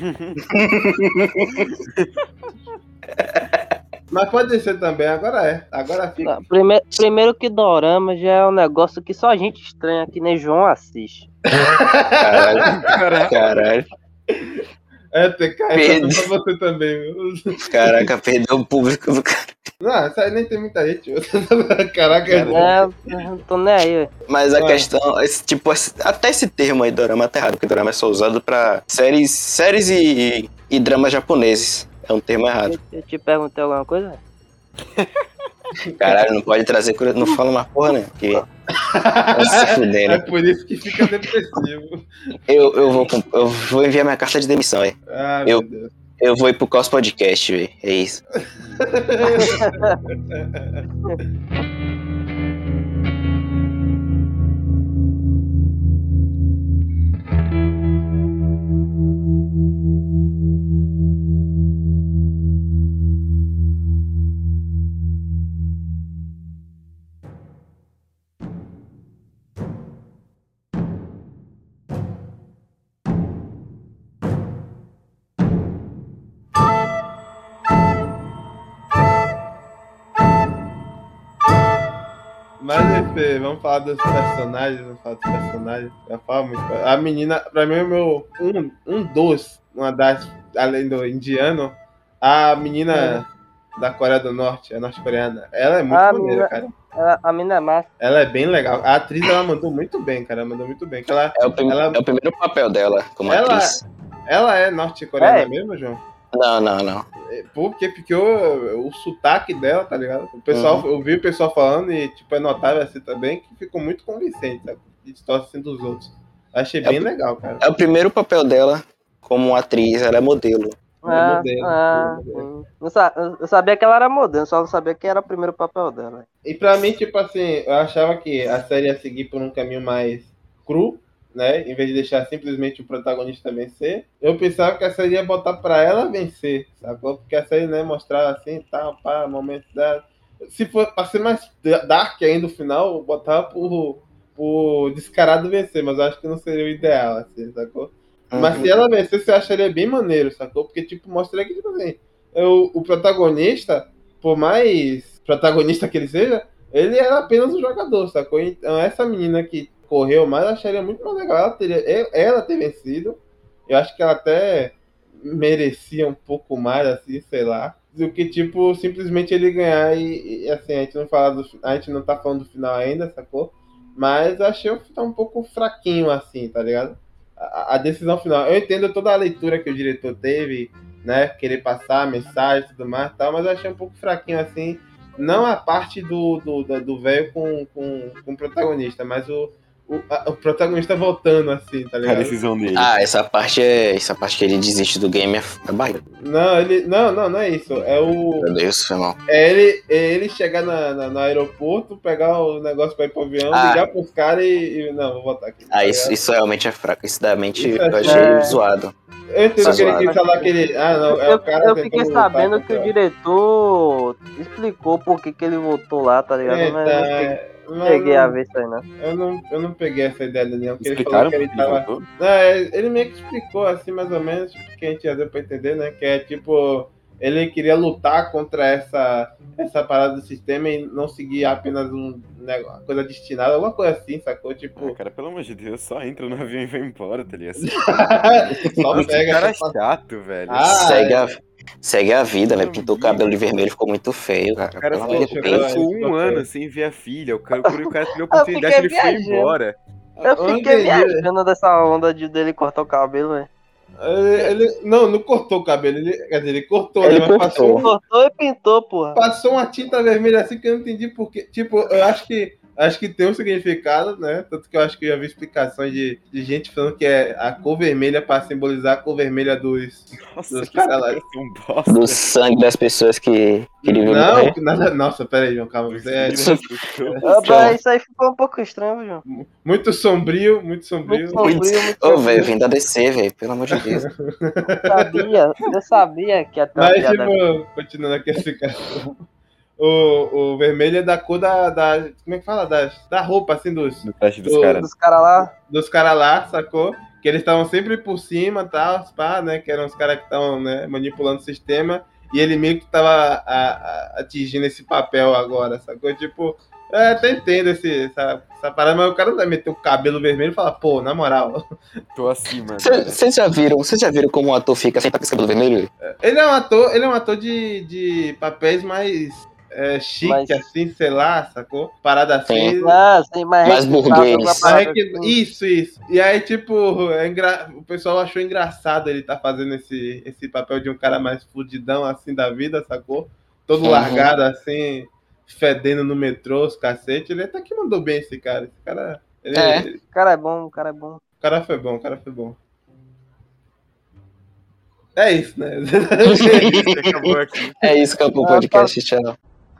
Mas pode ser também, agora é. Agora fica. Não, Primeiro, primeiro que Dorama já é um negócio que só a gente estranha, que nem João assiste. Caralho. Caralho. É, T K, Pedro. essa é pra você também, viu? Caraca, perdeu o público do cara. Não, isso aí nem tem muita gente. Caraca, É, eu não tô nem aí, velho. Mas a Ah. questão, esse, tipo, esse- até esse termo aí, dorama, tá errado, porque dorama é só usado pra séries, séries e, e dramas japoneses. É um termo errado. Eu, eu te perguntei alguma coisa? Caralho, não pode trazer cura, não fala uma porra, né? Porque vai se fuder, É né? por isso que fica depressivo. Eu, eu, vou, comp- eu vou enviar minha carta de demissão, aí. Ah, Eu- meu Deus. Eu vou ir pro Cos Podcast, velho. É isso. Mas enfim, vamos falar dos personagens, vamos falar dos personagens. Eu falo muito. A menina, pra mim, é o meu. Um, um dos, uma das, além do indiano, a menina é. da Coreia do Norte, a norte-coreana, ela é muito a maneira, mina, cara. A, a mina é massa. Ela é bem legal. A atriz, ela mandou muito bem, cara. Ela mandou muito bem. Que ela, É o, prim- ela, é o primeiro papel dela como ela, atriz. ela é norte-coreana É. mesmo, João? Não, não, não. Porque ficou o, o sotaque dela, tá ligado? O pessoal, Uhum. eu vi o pessoal falando e, tipo, é notável assim também que ficou muito convincente, sabe? E distorce assim dos outros. Achei É bem o- legal, cara. É o primeiro papel dela como atriz, ela é modelo. Ela é Ah, modelo, ah, ela é modelo. sim. Não sa- eu sabia que ela era modelo, só não sabia que era o primeiro papel dela. E pra mim, tipo assim, eu achava que a série ia seguir por um caminho mais cru, né? Em vez de deixar simplesmente o protagonista vencer. Eu pensava que a série ia botar pra ela vencer, sacou? Porque a série, né, mostrar assim, tal, pá, momento da... Se for pra ser mais dark ainda no final, eu botava pro, pro descarado vencer, mas eu acho que não seria o ideal, assim, sacou? Mas Uhum. se ela vencer, você acharia bem maneiro, sacou? Porque, tipo, mostra que, tipo assim, o, o protagonista, por mais protagonista que ele seja, ele era apenas um jogador, sacou? Então, essa menina que correu mais, eu acharia muito mais legal ela, teria, ela ter vencido. Eu acho que ela até merecia um pouco mais, assim, sei lá, do que, tipo, simplesmente ele ganhar e, e, assim, a gente não fala do, a gente não tá falando do final ainda, sacou? Mas eu achei o final um pouco fraquinho, assim, tá ligado? A, a decisão final. Eu entendo toda a leitura que o diretor teve, né? Querer passar a mensagem e tudo mais e tal, mas eu achei um pouco fraquinho, assim. Não a parte do do do velho com, com, com o protagonista, mas o, o, a, o protagonista voltando, assim, tá A ligado? decisão dele. Ah, essa parte é. Essa parte que ele desiste do game é, é barriga. Não, ele. Não, não, não é isso. É o. Meu Deus, foi mal. É ele, é ele chegar na, na- no aeroporto, pegar o negócio pra ir pro avião, Ah. ligar pros caras e, e- Não, vou botar aqui. Ah, tá isso, ligado? isso realmente é fraco. Isso realmente Isso eu é- achei é. zoado. Eu entendo Isso que é ele quis zoado. falar que ele. Ah, não, é Eu, o cara eu tentando fiquei lutar sabendo que contra- o diretor explicou por que, que ele voltou lá, tá ligado? É, Mas tá, eu não peguei, é, mas peguei a não- ver isso aí, não. Eu não, eu não peguei essa ideia dele, não. Porque ele falou Explicaram que por ele que ele tava. voltou? Não, é, ele meio que explicou assim, mais ou menos, que a gente já deu pra entender, né? Que é tipo, ele queria lutar contra essa, essa parada do sistema e não seguir apenas um, né, uma coisa destinada, alguma coisa assim, sacou? Ah, Tipo, cara, pelo amor de Deus, só entra no avião e vai embora, tá ligado? só Muito pega. cara essa- chato, velho. Ah, segue, é. a, segue a vida, velho. Não, Pintou o bicho. cabelo de vermelho, ficou muito feio, cara. O cara Pelo ficou, amor de o cara Deus. ficou Ficou um feio. ano sem ver a filha. O cara, quando o cara teve a Eu oportunidade, fiquei ele foi viajando. embora. Eu Eu fiquei entendi. viajando dessa onda de dele cortar o cabelo, velho. Ele, ele- não, não cortou o cabelo, ele, quer dizer, ele cortou, Ele né? Mas cortou. passou, Cortou e pintou, porra. passou uma tinta vermelha assim que eu não entendi porque. Tipo, eu acho que acho que tem um significado, né? Tanto que eu acho que eu já vi explicações de, de gente falando que é a cor vermelha para simbolizar a cor vermelha dos. Nossa, Dos que caras lá. explicação bosta. Do sangue das pessoas que, que ele viu Não, morrer. nada. Nossa, peraí, João, calma. Do Você é sangue das pessoas. Ah, mas isso aí ficou um pouco estranho, João. muito sombrio, muito sombrio. Muito sombrio, muito Ô, velho, sombrio. vim da D C, velho. Pelo amor de Deus. Eu sabia, eu sabia que ia ter uma Mas, piada. tipo, continuando aqui a explicação. O, o vermelho é da cor da, da. Como é que fala? Da, da roupa, assim, dos. No teste dos Do- caras. Dos caras lá. dos caras lá, sacou? Que eles estavam sempre por cima e tal, pá, né? Que eram os caras que estavam, né, manipulando o sistema. E ele meio que tava a- a- atingindo esse papel agora, sacou? Tipo, eu até entendo esse, essa, essa parada, mas o cara não vai meter o cabelo vermelho e falar, pô, na moral. Tô acima, cara. Vocês já viram? Vocês já viram como o ator fica sempre com esse cabelo vermelho? Ele é um ator, ele é um ator de, de papéis mais é, chique, Mas- assim, sei lá, sacou? Parada assim. Sim. Ah, sim, mas Mais requintado, burguês. alguma Mas parada é que- assim. Isso, isso. E aí, tipo, é engra... o pessoal achou engraçado ele tá fazendo esse, esse papel de um cara mais fudidão, assim, da vida, sacou? Todo Uhum. largado, assim, fedendo no metrô, os cacete. Ele até que mandou bem esse cara. Esse cara... Ele, É. ele- O cara é bom, o cara é bom. O cara foi bom, o cara foi bom. É isso, né? Acabou aqui. É isso que é o Ah, podcast, tchau.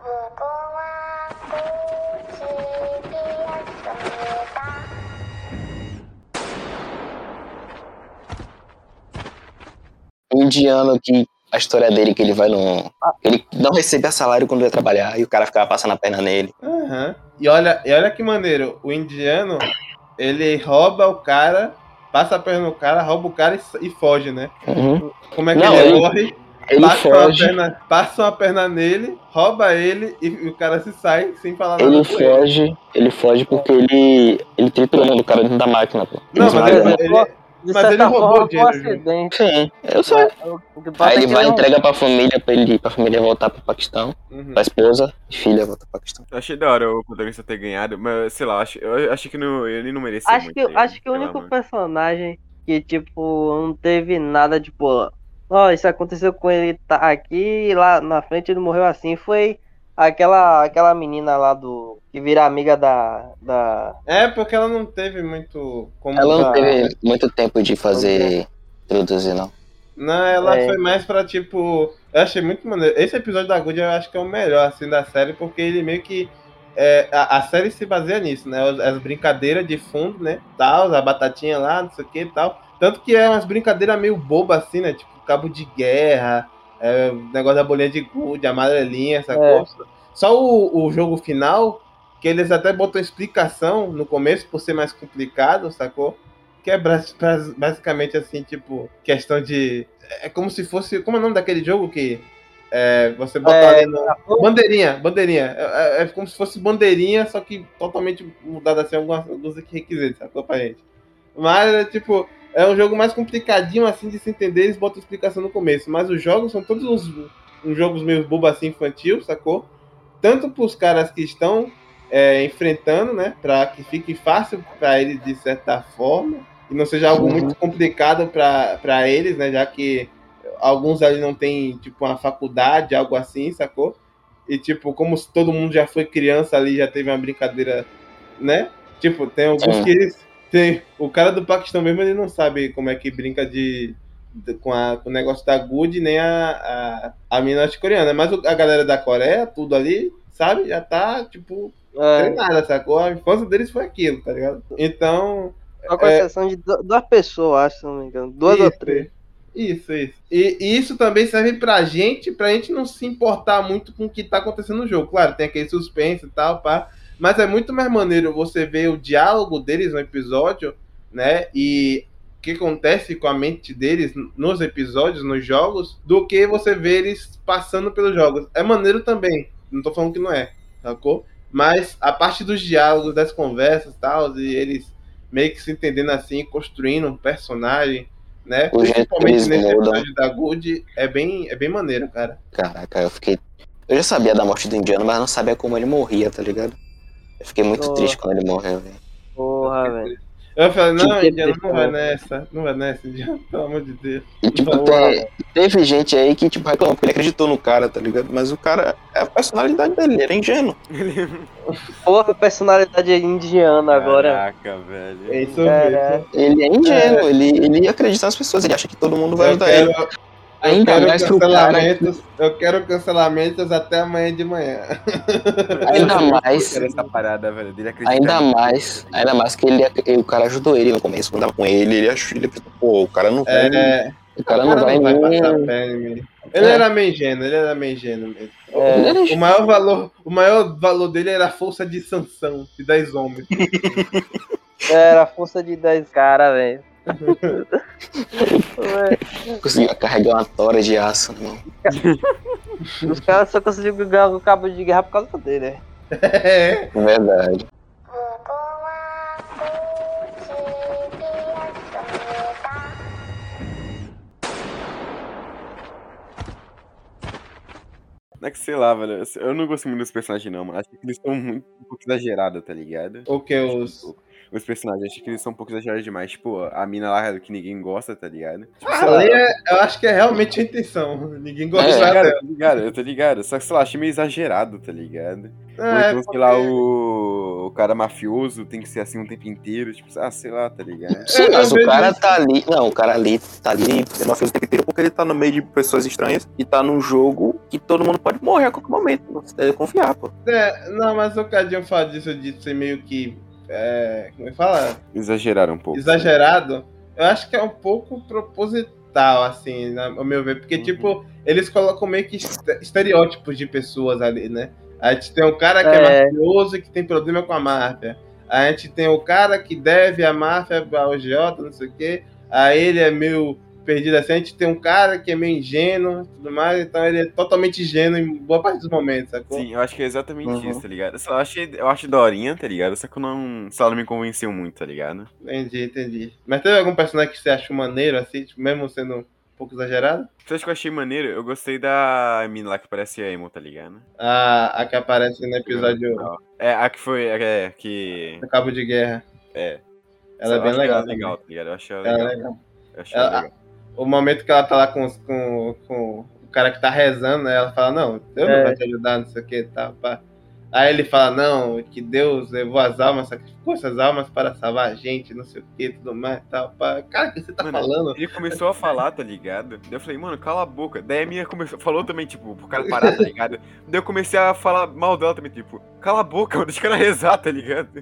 O indiano que a história dele que ele vai no. Ele não recebia salário quando ia trabalhar e o cara ficava passando a perna nele. Aham. E, olha, e olha que maneiro. O indiano, ele rouba o cara, passa a perna no cara, rouba o cara e, e foge, né? Uhum. Como é que Não, ele ele- morre? Ele Passa uma, foge, perna, passa uma perna nele, rouba ele e, e o cara se sai sem falar nada ele com ele. foge, ele foge porque ele, ele triturou o mano do cara dentro da máquina, pô. Não, Eles mas Quer ele, matam. dizer, ele- de mas ele certa roubou forma o foi um dinheiro junto. acidente. Sim, eu sei. Mas o o que importa Aí é ele que vai e não- entrega pra família, pra ele, pra família voltar pro Paquistão, Uhum. pra esposa e filha voltar pro Paquistão. Eu achei da hora o protagonista ter ganhado, mas sei lá, acho, eu achei que não, ele não merecia Acho muito. que, tá ligado? acho que o Sei lá, único mano. personagem que, tipo, não teve nada, tipo, ó, isso aconteceu com ele tá aqui e lá na frente ele morreu assim, foi aquela, aquela menina lá do. Que vira amiga da. da. É, porque ela não teve muito como Ela não Ah, teve muito tempo de fazer introduzir, não. Não, ela É. foi mais pra, tipo... Eu achei muito maneiro. Esse episódio da Good eu acho que é o melhor, assim, da série, porque ele meio que... é, a, a série se baseia nisso, né? As, as brincadeiras de fundo, né? Tal, a batatinha lá, não sei o que e tal. Tanto que é umas brincadeiras meio bobas, assim, né? Tipo, cabo de guerra, é, o negócio da bolinha de gude, amarelinha, sacou? Só o, o jogo final, que eles até botam explicação no começo, por ser mais complicado, sacou? Que é bras- bras- basicamente assim, tipo, questão de. É como se fosse. Como é o nome daquele jogo que é, você bota É, ali no. Bandeirinha, bandeirinha. É, é- é como se fosse bandeirinha, só que totalmente mudado assim algumas, alguns requisitos, sacou pra gente. Mas é tipo. É um jogo mais complicadinho assim de se entender, eles botam explicação no começo. Mas os jogos são todos uns, uns jogos meio bobo assim, infantil, sacou? Tanto pros caras que estão é, enfrentando, né? Pra que fique fácil pra eles de certa forma e não seja algo Uhum. muito complicado para eles, né? Já que alguns ali não tem, tipo, uma faculdade, algo assim, sacou? E, tipo, como se todo mundo já foi criança ali, já teve uma brincadeira, né? Tipo, tem alguns Sim. que eles... Tem, o cara do Paquistão mesmo, ele não sabe como é que brinca de... de- Com, a, com o negócio da Good, nem a, a, a mina norte-coreana. Mas o- a galera da Coreia, tudo ali, sabe? Já tá, tipo, É, treinada, sacou? A infância deles foi aquilo, tá ligado? Então, só com exceção de du- duas pessoas, acho, se não me engano. Duas ou Isso, três. Isso, isso. E, e isso também serve pra gente, pra gente não se importar muito com o que tá acontecendo no jogo. Claro, tem aquele suspense e tal, pá. Mas é muito mais maneiro você ver o diálogo deles no episódio, né? E o que acontece com a mente deles nos episódios, nos jogos, do que você ver eles passando pelos jogos. É maneiro também. Não tô falando que não é, sacou? Mas a parte dos diálogos, das conversas e tal, e eles meio que se entendendo assim, construindo um personagem, né? O jeito que Principalmente eles nesse mudam. episódio da Good, é bem, é bem maneiro, cara. Caraca, eu fiquei. Eu já sabia da morte do indiano, mas não sabia como ele morria, tá ligado? Eu fiquei muito Oh. triste quando ele morreu, velho. Porra, velho. Eu falei, não, Tinha que Indiano, ter não vai falado. nessa, não vai nessa, Indiano, pelo amor de Deus. E tipo, Porra, te- teve gente aí que tipo, reclamou, porque ele acreditou no cara, tá ligado? Mas o cara, é a personalidade dele, ele era ingênuo. Porra, personalidade indiana agora. Caraca, velho. É isso Cara, mesmo. Ele é ingênuo, ele, ele acredita nas pessoas, ele acha que todo mundo vai Eu ajudar quero, ele. eu Ainda quero mais pro cara. cancelamentos, eu quero cancelamentos até amanhã de manhã. Ainda mais. Era essa parada, velho, dele acreditar. Ainda muito, mais, tá ligado? ainda mais que ele, o cara ajudou ele no começo, quando tava com ele, ele achou, ele pensou, pô, o cara não vai, É, o cara o não cara vai não vai me... passar pé em mim. Ele É. era meio ingênuo, ele era meio ingênuo mesmo. É. Ele era O maior valor, o maior valor dele era a força de Sansão, de dez homens. era a força de dez caras, velho. Ué, conseguiu carregar uma tora de aço, irmão. Os caras só conseguiram ganhar o cabo de guerra por causa dele, né? É. Verdade. Não é que sei lá, velho. Eu não gosto muito dos personagens, não, mano. Acho que eles são muito um pouco exagerados, tá ligado? O que os. Os personagens, acho que eles são um pouco exagerados demais. Tipo, a mina lá que ninguém gosta, tá ligado? Tipo, sei A lá, lei é, eu acho que é realmente a intenção. Ninguém gosta É, Tá ligado, dela. tá ligado, eu tô ligado. Só que, sei lá, achei meio exagerado, tá ligado? Ou É, então, sei lá, o... o cara mafioso tem que ser assim um tempo inteiro. Tipo, ah, sei lá, tá ligado? Sim, Eu- mas eu o vejo cara isso. tá ali. Não, o cara ali tá ali sendo mafioso o tempo inteiro porque ele tá no meio de pessoas estranhas e tá num jogo que todo mundo pode morrer a qualquer momento. Você deve confiar, pô. É, não, mas o Cadinho fala disso de ser meio que. É, como é que fala? Exageraram um pouco. Exagerado. Eu acho que é um pouco proposital, assim, na- ao meu ver. Porque, Uhum. tipo, eles colocam meio que este- estereótipos de pessoas ali, né? A gente tem um cara que é, É. mafioso e que tem problema com a máfia. A gente tem o cara que deve a máfia ao agiota, não sei o quê. Aí ele é meio perdido assim, a gente tem um cara que é meio ingênuo e tudo mais, então ele é totalmente ingênuo em boa parte dos momentos, sacou? Sim, eu acho que é exatamente Uhum. isso, tá ligado? Eu só achei, eu acho daorinha, tá ligado? Só que eu não, só não me convenceu muito, tá ligado? Entendi, entendi. Mas teve algum personagem que você achou maneiro, assim, tipo, mesmo sendo um pouco exagerado? Você acha que eu achei maneiro? Eu gostei da mina lá que parece a Emo, tá ligado? A, a que aparece no No episódio final. É, a que foi, é, que... do Cabo de Guerra. É. Ela é Eu bem achei legal ela legal, também. tá ligado? Eu achei ela Ela é legal. legal. Eu achei ela Ela- legal. O momento que ela tá lá com, os- com, com o cara que tá rezando, né? Ela fala, não, Deus não É. vai te ajudar, não sei o que, tá, pá. Aí ele fala, não, que Deus levou as almas, sacrificou essas almas para salvar a gente, não sei o que, tudo mais, tal, pá. Cara, o que você tá Mano, falando? ele começou a falar, tá ligado? Daí eu falei, mano, cala a boca. Daí a minha começou, falou também, tipo, pro cara parar, tá ligado? Daí eu comecei a falar mal dela também, tipo, cala a boca, mano, deixa o cara rezar, tá ligado?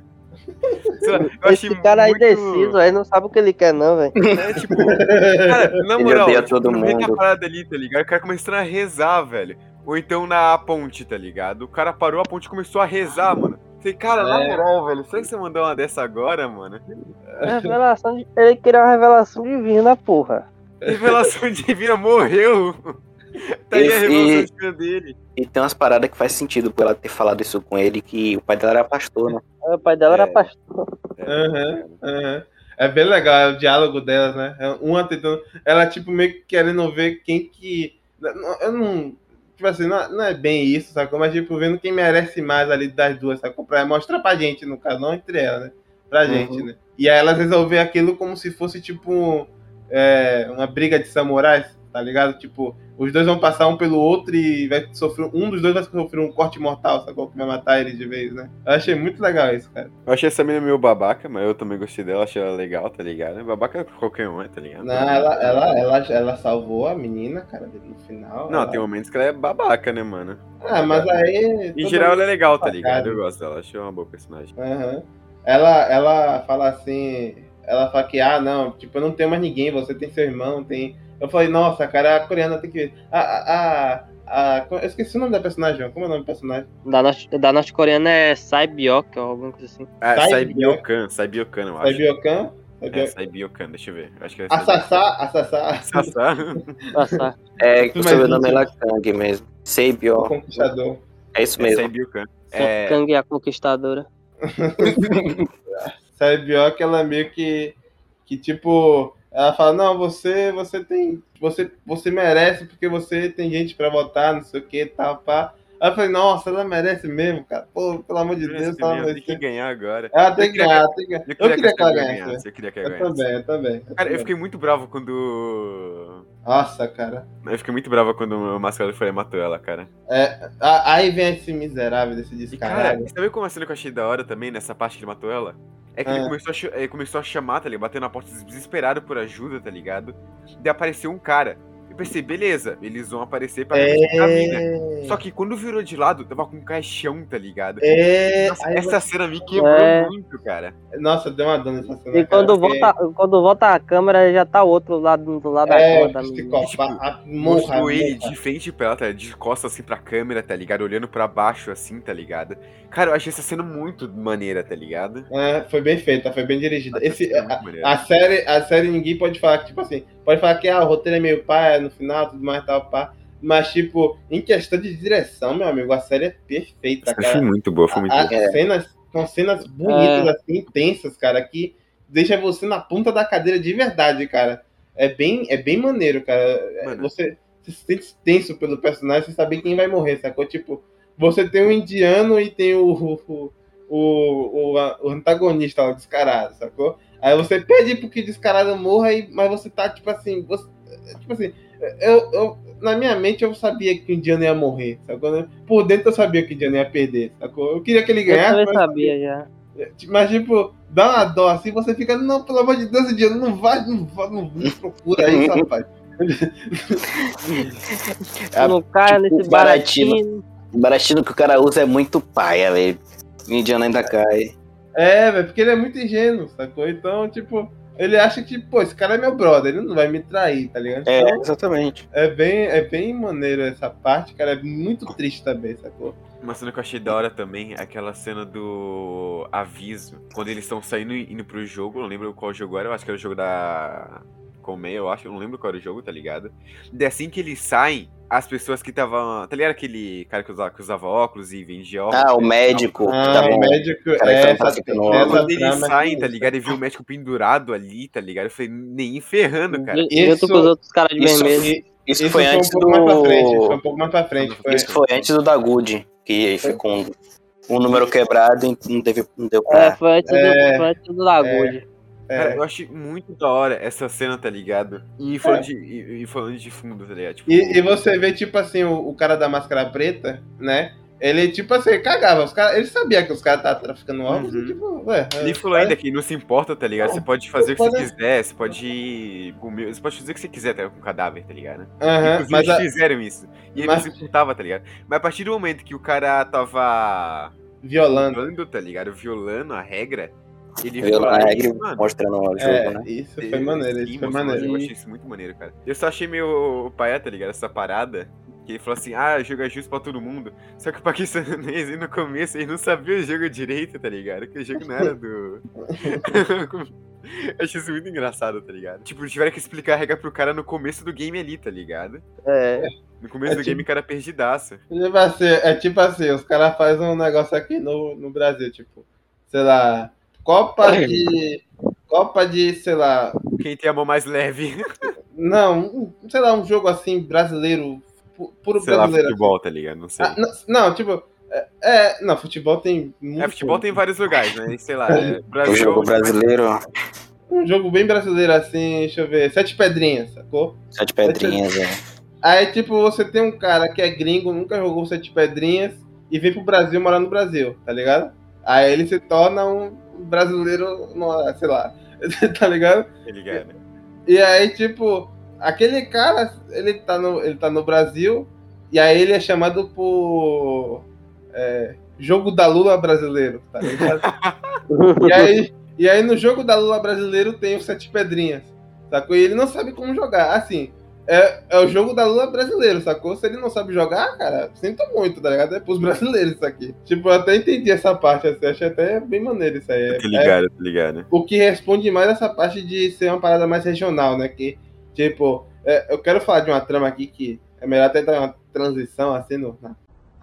Sei lá, eu achei Esse cara aí muito... indeciso, aí não sabe o que ele quer, não, velho. É, tipo, cara, na Ele moral, odeia tipo, todo no meio da mundo. parada ali, tá ligado? O cara começando a rezar, velho. Ou então na ponte, tá ligado? O cara parou a ponte e começou a rezar, mano. Falei, cara, na É. moral, velho, será que você mandou uma dessa agora, mano? Revelação de... Ele queria uma revelação divina, porra. Revelação divina morreu. Tá aí a E- revelação e- divina dele. E tem umas paradas que faz sentido por ela ter falado isso com ele, que o pai dela era pastor, né? O pai dela É. era pastor. É, Aham, aham. É bem legal é o diálogo delas, né? É uma tentando. Ela, tipo, meio que querendo ver quem que. Não- Eu não. Tipo assim, não, não é bem isso, sacou? Mas, tipo, vendo quem merece mais ali das duas, sacou? Pra mostrar pra gente, no caso, não entre elas, né? Pra gente, né? E aí elas resolver aquilo como se fosse, tipo, é, uma briga de samurais, tá ligado? Tipo, os dois vão passar um pelo outro e vai sofrer. Um dos dois vai sofrer um corte mortal, sacou? Que vai matar ele de vez, né? Eu achei muito legal isso, cara. Eu achei essa menina meio babaca, mas eu também gostei dela, achei ela legal, tá ligado? Babaca é qualquer um, tá ligado? Não, ela, ela, ela, ela salvou a menina, cara, no final. Não, ela... tem momentos que ela é babaca, né, mano? Ah, mas aí. Em todo geral mundo ela é legal, tá sacado. ligado? Eu gosto dela, achei uma boa personagem. Aham. Ela, ela fala assim. Ela fala que, ah, não, tipo, eu não tenho mais ninguém, você tem seu irmão, tem. Eu falei, nossa, cara, a coreana tem que ver. A, a, a, a- eu esqueci o nome da personagem, como é o nome do personagem? Da, norte- da norte-coreana é Sai Bioka ou alguma coisa assim. Ah, Sai Saibiokan, Saibiokan, eu acho. Saibiokan? É, Saibiokan, deixa eu ver. Acho que é A Sassá, a Sassá, Sassá. Passar. É, o Mas sobrenome isso- é Kang mesmo. o Seibyo. conquistador. É isso É mesmo. Saibiokan. É, Kang a Conquistadora. Saibioka, ela meio que, que tipo, ela fala, não, você, você tem, você, você merece porque você tem gente pra votar, não sei o que, tal, pá. Aí eu falei, nossa, ela merece mesmo, cara. Pô, pelo amor de Deus, ela tem que merece. ganhar agora. Ela tem Eu que queria ganhar, tem que ganhar. Eu queria que ela Saibiokan ganhasse. Eu queria que ela Eu ganhasse. também, eu também. eu Cara, eu também. fiquei muito bravo quando... Nossa, cara. Eu fiquei muito bravo quando o Mascaro foi e matou ela, cara. É, a- aí vem esse miserável, desse E, cara, descarado. sabe como a cena que eu achei da hora também, nessa parte que ele matou ela? É que ele, Ah. começou a, ch- ele começou a chamar, tá ligado? Batendo na porta desesperado por ajuda, tá ligado? Daí apareceu um cara. Eu pensei, beleza, eles vão aparecer pra resgatar a mina. É, Só que quando virou de lado, tava com um caixão, tá ligado? é, Nossa, aí essa cena me quebrou É. muito, cara. Nossa, deu uma dor nessa cena. E cara, quando porque volta, quando volta a câmera, já tá o outro lado do lado da É, cama da menina. psicopata. Morra, Mostrou ele morra. de frente pra ela, tá ligado? De costas assim pra câmera, tá ligado? Olhando pra baixo assim, tá ligado? Cara, eu achei essa cena muito maneira, tá ligado? É, foi bem feita, foi bem dirigida. Essa Esse, cena é muito a, maneira. a série, a série ninguém pode falar que, tipo assim, pode falar que ah, o roteiro é meio pá no final, tudo mais tal, pá. Mas, tipo, em questão de direção, meu amigo, a série é perfeita, Foi cara. muito boa, foi muito A- boa. As cenas são cenas bonitas, É. assim, intensas, cara, que deixa você na ponta da cadeira de verdade, cara. É bem, é bem maneiro, cara. É, Mano. Você se sente tenso pelo personagem, você saber quem vai morrer, sacou? Tipo, você tem um indiano e tem o, o, o, o, a- o antagonista lá, o descarado, sacou? Aí você pede pro que o descarado morra, e, mas você tá, tipo assim, você, tipo assim, eu, eu, na minha mente eu sabia que o indiano ia morrer, sacou? Por dentro eu sabia que o indiano ia perder, sacou? Eu queria que ele Eu ganhasse, também mas sabia já. mas, tipo, dá uma dó assim, você fica, não, pelo amor de Deus, Indiano, não vai, não vai, não, não procura isso, rapaz. Ah, Não caia tipo, nesse baratinho. baratinho. O baratinho que o cara usa é muito paia, velho. O indiano ainda cai. É, velho, porque ele é muito ingênuo, sacou? Então, tipo, ele acha que, pô, esse cara é meu brother, ele não vai me trair, tá ligado? É, Então, exatamente. é bem, é bem maneiro essa parte, cara, é muito triste também, sacou? Uma cena que eu achei da hora também é aquela cena do aviso. Quando eles estão saindo e indo pro jogo, não lembro qual jogo era, eu acho que era o jogo da. comer, eu acho, eu não lembro qual era o jogo, tá ligado? E assim que eles saem, as pessoas que estavam. Tá ligado aquele cara que usava, que usava óculos e vendia óculos? Ah, o médico. que Ah, tava o um- médico. cara que É, tava essa, traficando tem órgãos. essa Quando eles trama saem, aqui. tá ligado? E viu o médico pendurado ali, tá ligado? Eu falei, nem ferrando, cara. Ju- Junto com os outros caras de isso- vermelho. E- Isso, Isso foi foi antes um pouco mais pra frente. Isso foi um do. pouco mais pra frente. Foi, Isso foi antes do da Good, que ficou um, um número quebrado e não, teve, não deu É, pra. foi antes É, do, foi antes do Lagold. Cara, é. eu achei muito da hora essa cena, tá ligado? E falando, de, e, e falando de fundo, tá ligado? Tipo, E, e você vê, tipo assim, o, o cara da máscara preta, né? Ele, tipo assim, cagava. Os cara, ele sabia que os caras estavam traficando órgãos. Uhum. E, tipo, ué. ele é, falou ainda que não se importa, tá ligado? Você pode fazer o que você pode- quiser, você pode comer, você pode fazer o que você quiser tá, com o cadáver, tá ligado? Aham, Inclusive, mas a- eles fizeram isso. E ele mas- não se importava, tá ligado? Mas a partir do momento que o cara tava violando. violando, tá ligado? Violando a regra, ele Viu falou, na "Ah, regra mano, mostrando o jogo, É, né? isso foi maneiro, sim, isso foi mostrou, maneiro. Eu achei isso muito maneiro, cara. Eu só achei meio paia, tá ligado? Essa parada. Que ele falou assim, ah, o jogo é justo pra todo mundo. Só que o paquistanês, no começo, ele não sabia o jogo direito, tá ligado? Que o jogo não era do... Eu achei isso muito engraçado, tá ligado? Tipo, tiveram que explicar a regra pro cara no começo do game ali, tá ligado? É. No começo É do tipo- game, o cara perdidaço. Tipo assim, é tipo assim, os caras fazem um negócio aqui no, no Brasil, tipo, sei lá, Copa de. Copa de, sei lá. Quem tem a mão mais leve, Não, um- sei lá, um jogo assim, brasileiro, pu- puro sei lá, brasileiro. futebol, tá ligado? Não sei. Ah, não, não, tipo, é, é, não, futebol tem muito. É, futebol tem em vários lugares, né? E, sei lá, é, O Brasil... jogo brasileiro, Um jogo bem brasileiro assim, deixa eu ver, Sete Pedrinhas, sacou? sete pedrinhas, é. Aí, tipo, você tem um cara que é gringo, nunca jogou Sete Pedrinhas e vem pro Brasil morar no Brasil, tá ligado? Aí ele se torna um brasileiro, no- sei lá, tá ligado? Tá ligado? E aí, tipo, aquele cara, ele tá no, ele tá no Brasil e aí ele é chamado por é, Jogo da Lula brasileiro, tá ligado? e, aí, e aí no Jogo da Lula brasileiro tem os Sete Pedrinhas, sacou? E ele não sabe como jogar, assim... É, é o jogo da Lula brasileiro, sacou? Se ele não sabe jogar, cara, sinto muito, tá ligado? É pros brasileiros isso aqui. Tipo, eu até entendi essa parte, assim, achei até bem maneiro isso aí. Tá É, ligado, tá ligado. o que responde mais essa parte de ser uma parada mais regional, né? Que, tipo, é, eu quero falar de uma trama aqui que é melhor até dar uma transição assim no. na-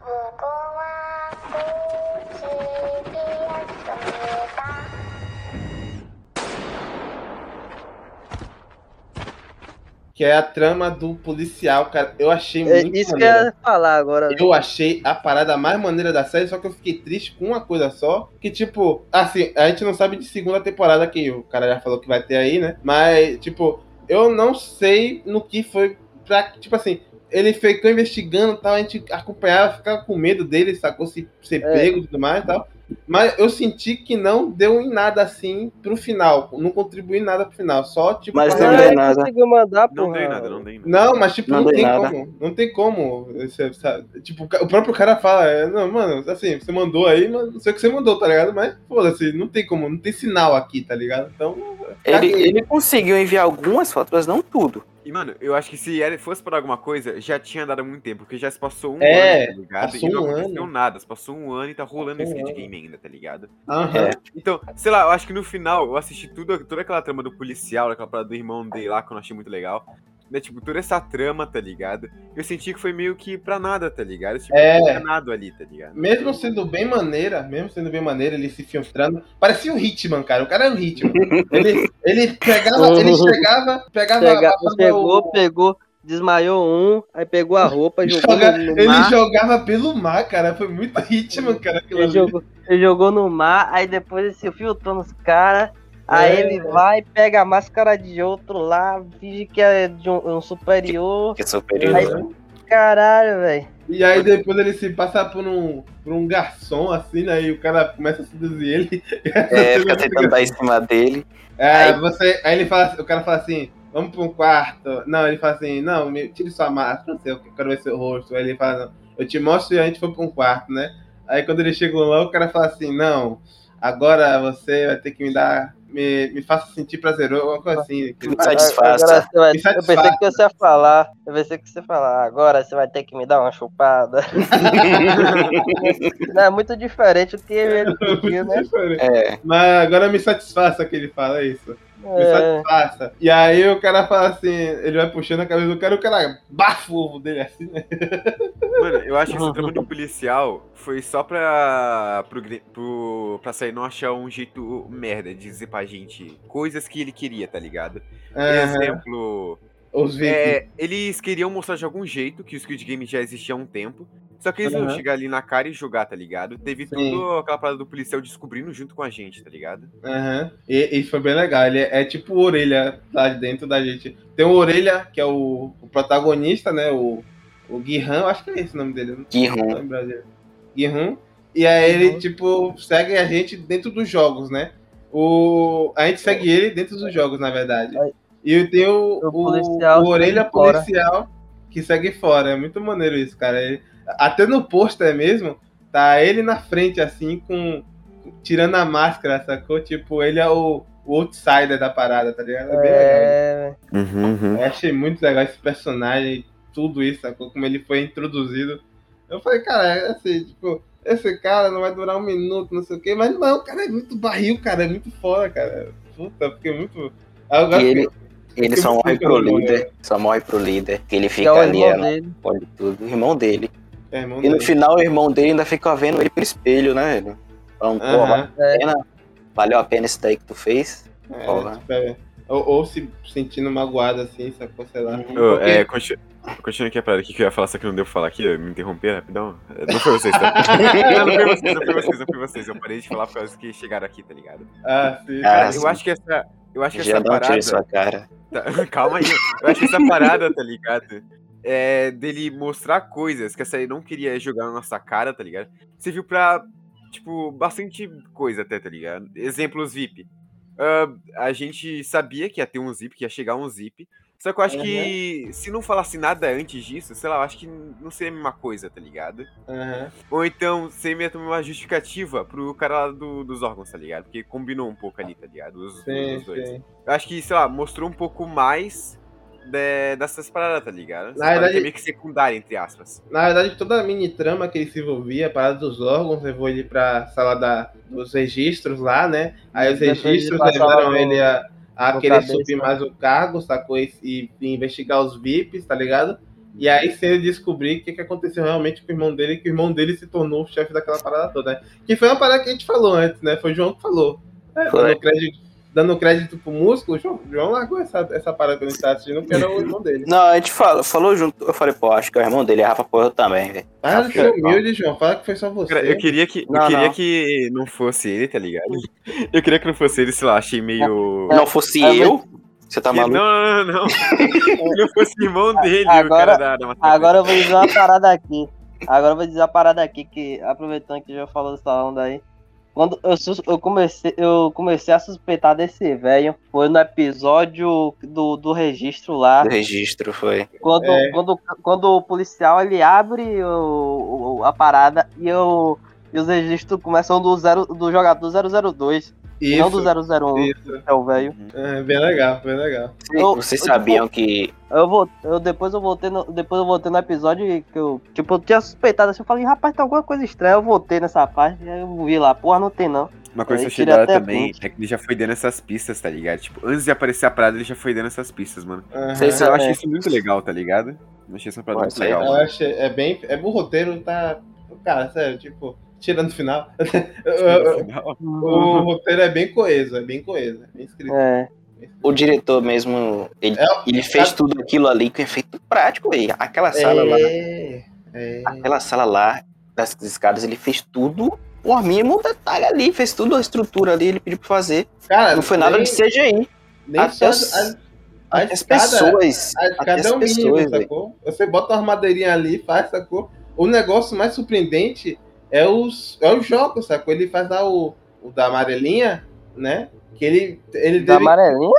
Que é a trama do policial, cara. Eu achei É muito isso que eu maneiro. ia falar agora. Eu achei a parada mais maneira da série, só que eu fiquei triste com uma coisa só. Que, tipo, assim, a gente não sabe de segunda temporada que o cara já falou que vai ter aí, né? Mas, tipo, eu não sei no que foi pra. Tipo assim, ele ficou investigando e tal, a gente acompanhava, ficava com medo dele, sacou? Se ser É. pego e tudo mais e tal. Mas eu senti que não deu em nada assim pro final. Não contribuiu em nada pro final. Só, tipo, Mas pra não Não, deu ele nada. conseguiu mandar, Não porra. dei nada, não dei nada. Não, mas tipo, Não não, deu tem nada. como. Não tem como. Você, sabe? Tipo, o próprio cara fala, é, não, mano, assim, você mandou aí, mas não sei o que você mandou, tá ligado? Mas, foda-se, não tem como, não tem sinal aqui, tá ligado? Então. Ele, caguei. ele conseguiu enviar algumas fotos, mas não tudo. E, mano, eu acho que se ele fosse por alguma coisa, já tinha dado há muito tempo, porque já se passou um É, ano, tá ligado? passou E não um aconteceu ano. nada, se passou um ano e tá rolando Passou esse um videogame ainda, tá ligado? Aham. É. Então, sei lá, eu acho que no final eu assisti tudo, toda aquela trama do policial, aquela parada do irmão dele lá, que eu não achei muito legal. Né, tipo, toda essa trama, tá ligado? Eu senti que foi meio que pra nada, tá ligado? Tipo, É. enganado ali, tá ligado? Mesmo sendo bem maneira, mesmo sendo bem maneira, ele se filtrando. Parecia o Hitman, cara. O cara era o Hitman. ele, ele pegava, ele chegava, pegava. Pega- passava pegou, o- pegou, desmaiou um, aí pegou a roupa, jogou joga- no, no ele mar. jogava pelo mar, cara. Foi muito Hitman, cara. Aquilo Ele ali. jogou, ele jogou no mar, aí depois ele se filtrou nos caras. Aí É. ele vai, pega a máscara de outro lá, finge que é de um, um superior. Que é superior. Aí, Uhum. caralho, velho. E aí depois ele se passa por um, por um garçom, assim, né? E o cara começa a seduzir ele. É, fica tentando dar em cima dele. É, Aí- você, aí ele fala, o cara fala assim, vamos pra um quarto. Não, ele fala assim, não, me, tire sua máscara, não sei, eu quero ver seu rosto. Aí ele fala, não, eu te mostro e a gente foi pra um quarto, né? Aí quando ele chegou lá, o cara fala assim, não, agora você vai ter que me dar, me, me faça sentir prazeroso, alguma coisa assim. Me satisfaça. Agora você vai- Me eu satisfaça. pensei que você ia falar. Eu pensei que você ia falar, agora você vai ter que me dar uma chupada. Não, é muito diferente do que ele pediu, né? É, Mas agora me satisfaça que ele fala, é isso. Me satisfaça. E aí o cara fala assim, ele vai puxando a cabeça do cara, o cara bafa o ovo dele assim, né? Mano, eu acho que esse trama do policial foi só pra, pro, gri- pro, pra sair não achar um jeito merda de dizer pra gente coisas que ele queria, tá ligado? Aham. Exemplo, Os V I P. é, eles queriam mostrar de algum jeito que o Squid Game já existia há um tempo, só que eles não Aham. chegar ali na cara e jogar, tá ligado? Teve Sim. tudo aquela parada do policial descobrindo junto com a gente, tá ligado? Aham. E, e foi bem legal. Ele é, é tipo o Orelha lá dentro da gente. Tem o Orelha, que é o, o protagonista, né? O, o Guirran, acho que é esse o nome dele. Não Guirran. lembro dele. Guirran. E aí ele, tipo, segue a gente dentro dos jogos, né? O, a gente segue ele dentro dos jogos, na verdade. E tem o, O o, policial o Orelha segue fora. policial que segue fora. É muito maneiro isso, cara. Ele- até no pôster mesmo, tá ele na frente, assim, com tirando a máscara, sacou? Tipo, ele é o, o outsider da parada, tá ligado? É bem legal. É, Uhum, uhum. Eu achei muito legal esse personagem, tudo isso, sacou? Como ele foi introduzido. Eu falei, cara, é assim, tipo, esse cara não vai durar um minuto, não sei o quê, mas não, o cara é muito barril, cara, é muito foda, cara. Puta, eu fiquei muito. Eu gosto E ele, que- ele fiquei só muito morre feliz pro quando ele líder. morreu. Só morre pro líder. Que ele que fica é o ali, irmão ela dele. pode tudo. O irmão dele. É, irmão E no dele. final, o irmão dele ainda fica vendo ele pro espelho, né, velho? Falando, pô, Aham. valeu a pena. Valeu a pena isso daí que tu fez. É, Porra. tipo, é, ou, ou se sentindo magoado assim, sacou, sei lá. Ô, Porque- é, continu... Continua aqui a parada aqui que eu ia falar, só que não deu pra falar aqui, eu me interromper rapidão. Não foi vocês, tá? Não, não foi vocês, não foi vocês, não foi vocês. Eu parei de falar por causa que chegaram aqui, tá ligado? Ah, sim. Ah, Cara, sim. eu acho que essa. Eu acho que Já essa dá um tiro parada. em sua cara. Tá, calma aí. Eu acho que essa parada, tá ligado? É dele mostrar coisas que essa aí não queria jogar na nossa cara, tá ligado? Você viu pra, tipo, bastante coisa até, tá ligado? Exemplos V I P. Ah, a gente sabia que ia ter um zip, que ia chegar um zip. Só que eu acho Uhum. que se não falasse nada antes disso, sei lá, eu acho que não seria a mesma coisa, tá ligado? Aham. Ou então seria também uma justificativa pro cara lá do- dos órgãos, tá ligado? Porque combinou um pouco ali, tá ligado? Os, Sim, os dois. sim. Eu acho que, sei lá, mostrou um pouco mais de- dessas paradas, tá ligado? Essa Na parada verdade- que é meio que secundária, entre aspas. Na verdade, toda a mini trama que ele se envolvia, a parada dos órgãos, levou ele pra sala da, dos registros lá, né? Aí os Depois ele registros passava levaram no- ele a, a no querer cabeça. subir mais o cargo, sacou? E, e investigar os V I Ps, tá ligado? E aí sim ele descobrir o que, que aconteceu realmente com o irmão dele, que o irmão dele se tornou o chefe daquela parada toda, né? Que foi uma parada que a gente falou antes, né? Foi o João que falou. É, Foi. dando, crédito, dando crédito pro músculo, o João, o João largou essa, essa parada que a gente tá assistindo, que era o irmão dele. Não, a gente falou, falou junto. Eu falei, pô, acho que é o irmão dele. Rafa, pô, eu também, velho. Ah, de ser humilde, João. Fala que foi só você. Cara, eu queria que, eu Não, queria não. que não fosse ele, tá ligado? Eu queria que não fosse ele, sei lá, achei meio. Se não fosse é eu, você tá Que- não, maluco? não, não, não. Que não fosse o irmão dele, o Agora- cara da, da matéria. Agora eu vou dizer uma parada aqui. Agora eu vou dizer uma parada aqui que, aproveitando que já falou dessa onda aí. Quando eu, sus- eu, comecei, eu comecei a suspeitar desse velho, foi no episódio do, do registro lá. Do registro, foi. Quando, É. quando, quando o policial ele abre o, o- a parada e, o, e os registros começam do, zero, do jogador zero zero dois, e não do Isso, zero zero um, isso. é o velho. É, bem legal, bem legal. Eu- Vocês eu, sabiam que. Eu vou, eu depois eu voltei no, depois eu voltei no episódio que eu, tipo, eu tinha suspeitado assim, eu falei, rapaz, tem alguma coisa estranha, eu voltei nessa parte, aí eu vi lá, porra, não tem não. Uma coisa Aí que eu achei tira da hora até também print. é que ele já foi dando essas pistas, tá ligado? Tipo, antes de aparecer a parada, ele já foi dando essas pistas, mano. Aham. Vocês Eu É. achei isso muito legal, tá ligado? Eu achei essa parada Pô, muito isso aí legal. Eu mano. acho, é bem. É, o roteiro tá. Cara, sério, tipo, tirando o final. No final, o roteiro é bem coeso, é bem coeso. É bem escrito. É, O diretor mesmo, ele, É, ele fez tudo aquilo ali com efeito prático, velho. Aquela sala lá, É, é. aquela sala lá, das escadas, ele fez tudo por mínimo detalhe ali, fez tudo a estrutura ali, ele pediu pra fazer. Cara, Não foi nada nem, de C G I. nem Até só as- as, a As escada, pessoas, a até escada as é o mínimo, pessoas, velho. sacou? Você bota uma armadeirinha ali, faz, sacou? O negócio mais surpreendente é os, é os jogos, sacou? Ele faz lá o, o da amarelinha, né? Que ele, ele da deve- amarelinha?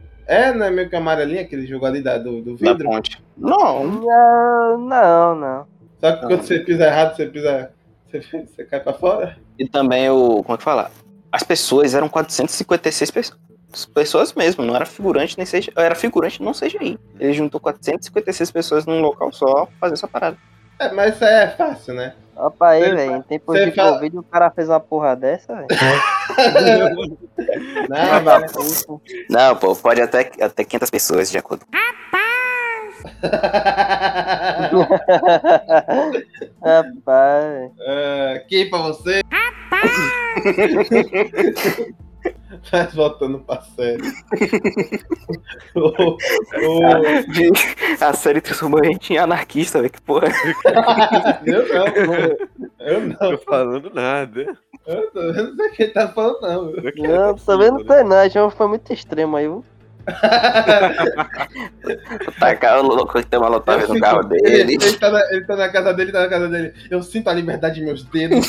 É, não é meio que amarelinha, aquele jogo ali da, do, do Da vidro. ponte. Não, Não, não, não. Só que quando você pisa errado, você pisa. Você, você cai pra fora. e também o. Como é que fala? As pessoas eram quatrocentas e cinquenta e seis pessoas. Pessoas mesmo, não era figurante nem C G I. Era figurante não C G I. Ele juntou quatrocentas e cinquenta e seis pessoas num local só pra fazer essa parada. É, mas isso aí é fácil, né? Opa aí, Você velho. Em tempo você de fala- Covid, o cara fez uma porra dessa, velho. Não, Da mas- puta. Não, pô, pode até, até quinhentas pessoas, de acordo. Rapaz. É, aqui pra você. Mas voltando pra série. Ô, ô, A série transformou a gente em anarquista, velho. Que porra. eu não, eu não. Tô falando nada. Eu tô- eu não sei quem tá falando, não. Eu quero Não, tá também não filmando. tem não, já foi muito extremo aí, viu? Tacar o louco que tem uma Eu lotada no sinto- carro ele, dele. ele, tá na, ele tá na casa dele, tá na casa dele. Eu sinto a liberdade em meus dedos.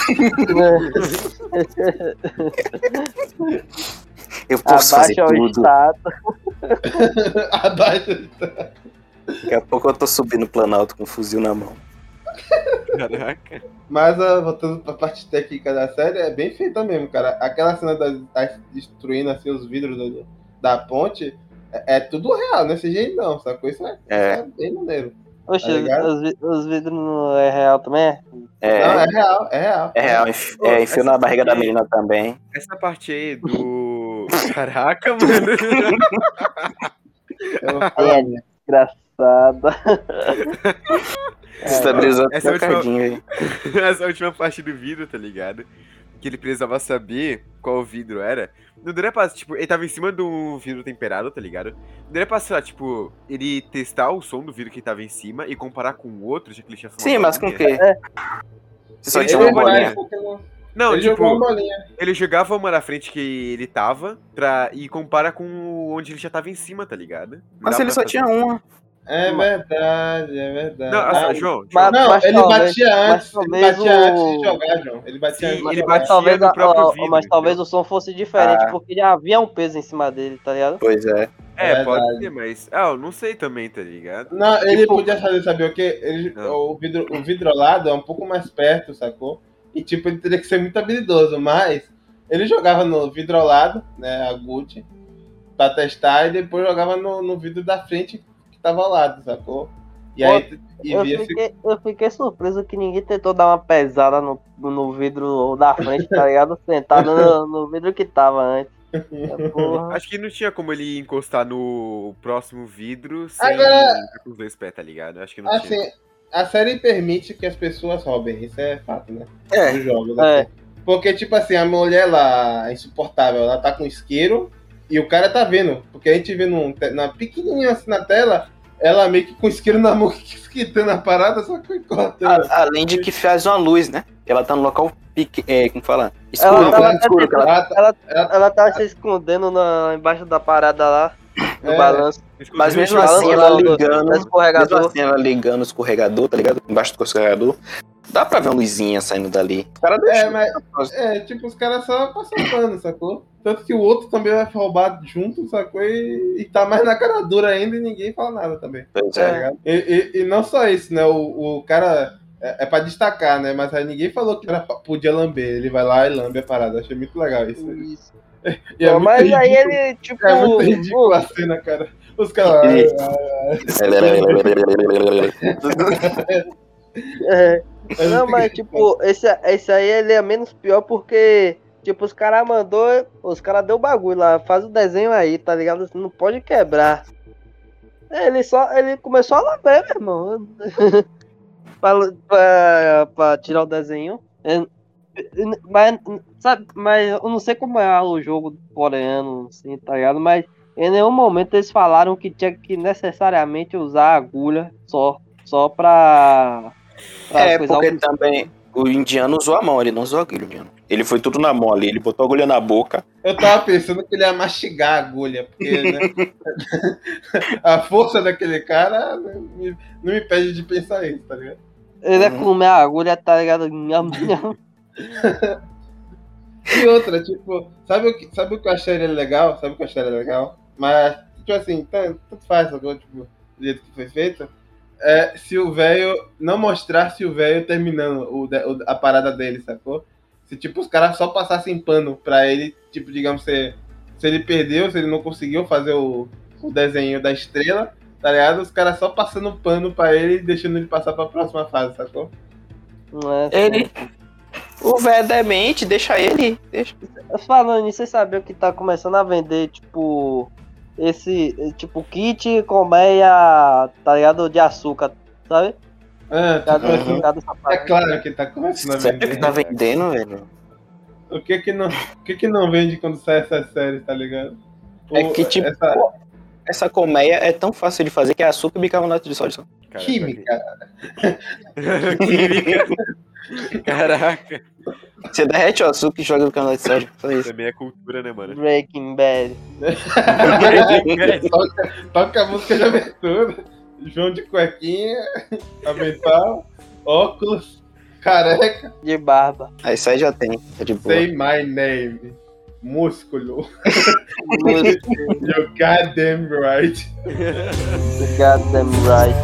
Eu posso fazer Abaixa o tudo. estado. Abaixo. Daqui a pouco eu tô subindo o Planalto com um fuzil na mão. Caraca. Mas uh, voltando pra parte técnica da série, é bem feita mesmo, cara. Aquela cena das, das destruindo assim, os vidros do- da ponte é, é tudo real, não é C G I não, sacou? Isso é, É. isso é bem maneiro. Oxe, Tá ligado? os, vi- os vidros não é real também? é? É, Não, é real, é real. é real. enfi- É, enfio na barriga da menina também. Essa parte aí do. Caraca, mano. Eu- É desgraçada. Estabilizou essa até o última- cadinho aí. Essa última parte do vidro, tá ligado? Que ele precisava saber qual vidro era. Não daria pra, tipo, ele tava em cima do vidro temperado, tá ligado? Não daria pra, sei lá, tipo, ele testar o som do vidro que tava em cima e comparar com o outro, já que ele tinha fumado Sim, mas com o bolinha. quê? Você só Ele tinha jogou uma uma bolinha. porque não- Não, ele tipo, jogou uma bolinha. ele jogava uma na frente que ele tava pra, e compara com onde ele já tava em cima, tá ligado? Não Mas dá ele pra só fazer. tinha uma. É verdade, é verdade. Não, assim, Ah, João, João, Mas- não, mas ele talvez- batia mas antes. Ele talvez batia o- antes de jogar, João. Ele batia Sim, antes de ele jogar. Mas batia talvez, no a- próprio ó, vidro, mas talvez entendeu? o som fosse diferente, Ah. porque já havia um peso em cima dele, tá ligado? Pois é. É, É pode verdade. ser, mas. Ah, eu não sei também, tá ligado? Não, ele Tipo- podia fazer, saber o quê? Ele, Não. o, vidro, o vidrolado é um pouco mais perto, sacou? E tipo, ele teria que ser muito habilidoso, mas ele jogava no vidrolado, né, a Gucci, pra testar, e depois jogava no, no vidro da frente que tava ao lado, sacou? E aí e Eu via se fiquei, eu fiquei surpreso que ninguém tentou dar uma pesada no, no vidro da frente, tá ligado? Sentado no, no vidro que tava antes. Porra. Acho que não tinha como ele encostar no próximo vidro sem Agora- ficar com os dois pés, tá ligado? Acho que não tinha. assim, a série permite que as pessoas roubem, isso é fato, né? É. Dos jogos, É. assim. Porque, tipo assim, a mulher lá, insuportável, ela tá com isqueiro e o cara tá vendo. Porque a gente vê num, te- na pequenininha assim na tela, ela meio que com isqueiro na mão, esquitando a parada, só que cortando. A- além de que faz uma luz, né? Ela tá no local pique, é, como fala? Escuro, Ela ela, tava escuro que ela... Ela tá- Ela, ela- ela tava se escondendo na, embaixo da parada lá, no É. balanço. Mas mesmo Balanço assim, ela do- do- ligando, do mesmo escorregador. assim, ela ligando o escorregador, tá ligado? Embaixo do escorregador, dá pra ver uma luzinha saindo dali. O cara É, deixou. mas é, tipo, os caras só passam pano, sacou? Tanto que o outro também vai roubar junto, sacou? E, e tá mais na cara dura ainda e ninguém fala nada também. Pois Tá é. ligado? E, e- e não só isso, né? O, o cara é, é pra destacar, né? Mas aí ninguém falou que era, pra- podia lamber. Ele vai lá e lambe a parada. Achei muito legal isso. Isso. E é Pô, muito mas aí ridículo. ele, tipo. É muito ridículo a cena, cara. Os caras. Ele- é, É não, muito mas engraçado. tipo, esse, esse aí ele é menos pior porque, tipo, os caras mandou, os caras deu bagulho lá, faz o desenho aí, tá ligado? Não pode quebrar. Ele só, ele começou a lamber, meu irmão. pra, pra, pra tirar o desenho. É, mas, sabe, mas eu não sei como é o jogo coreano, assim, tá ligado? Mas em nenhum momento eles falaram que tinha que necessariamente usar agulha só, só pra. pra É, coisar porque o- também o indiano usou a mão, ele não usou a agulha, o indiano. Ele foi tudo na mão ali, ele botou a agulha na boca. Eu tava pensando que ele ia mastigar a agulha, porque né, a força daquele cara não me, não me impede de pensar isso, tá ligado? Ele é Uhum. comer a agulha, tá ligado? Nham, nham. E outra, tipo, sabe o que, sabe o que eu achei ele legal? Sabe o que eu achei ele legal? Mas, tipo assim, tanto, tanto faz, sacou? Tipo, do jeito que foi feito. É, se o velho não mostrasse o velho terminando o, de- o- a parada dele, sacou? Se, tipo, os caras só passassem pano pra ele, tipo, digamos, se, se ele perdeu, se ele não conseguiu fazer o, o desenho da estrela, tá ligado? Os caras só passando pano pra ele e deixando ele passar pra próxima fase, sacou? Não é assim. Ele. O velho é demente, deixa ele. Deixa. Falando nisso, vocês sabiam que tá começando a vender, tipo, esse, tipo, kit colmeia, tá ligado? De açúcar, sabe? Ah, tá Cada, começando- cada é sapato. claro que tá começando a Sério que vender. tá vendendo, velho? O que que não, o que que não vende quando sai essa série, tá ligado? É O- que, tipo, essa essa colmeia é tão fácil de fazer que é açúcar e bicarbonato de sódio. Cara, química. Química. Caraca. Você derrete o açúcar e joga bicarbonato de sódio. Só isso. Também é cultura, né, mano? Breaking Bad. toca, toca a música de abertura. João de cuequinha, avental, óculos, careca. De barba. Aí isso aí já tem. É de boa. Say my name. Músculo. You're goddamn right. Goddamn right.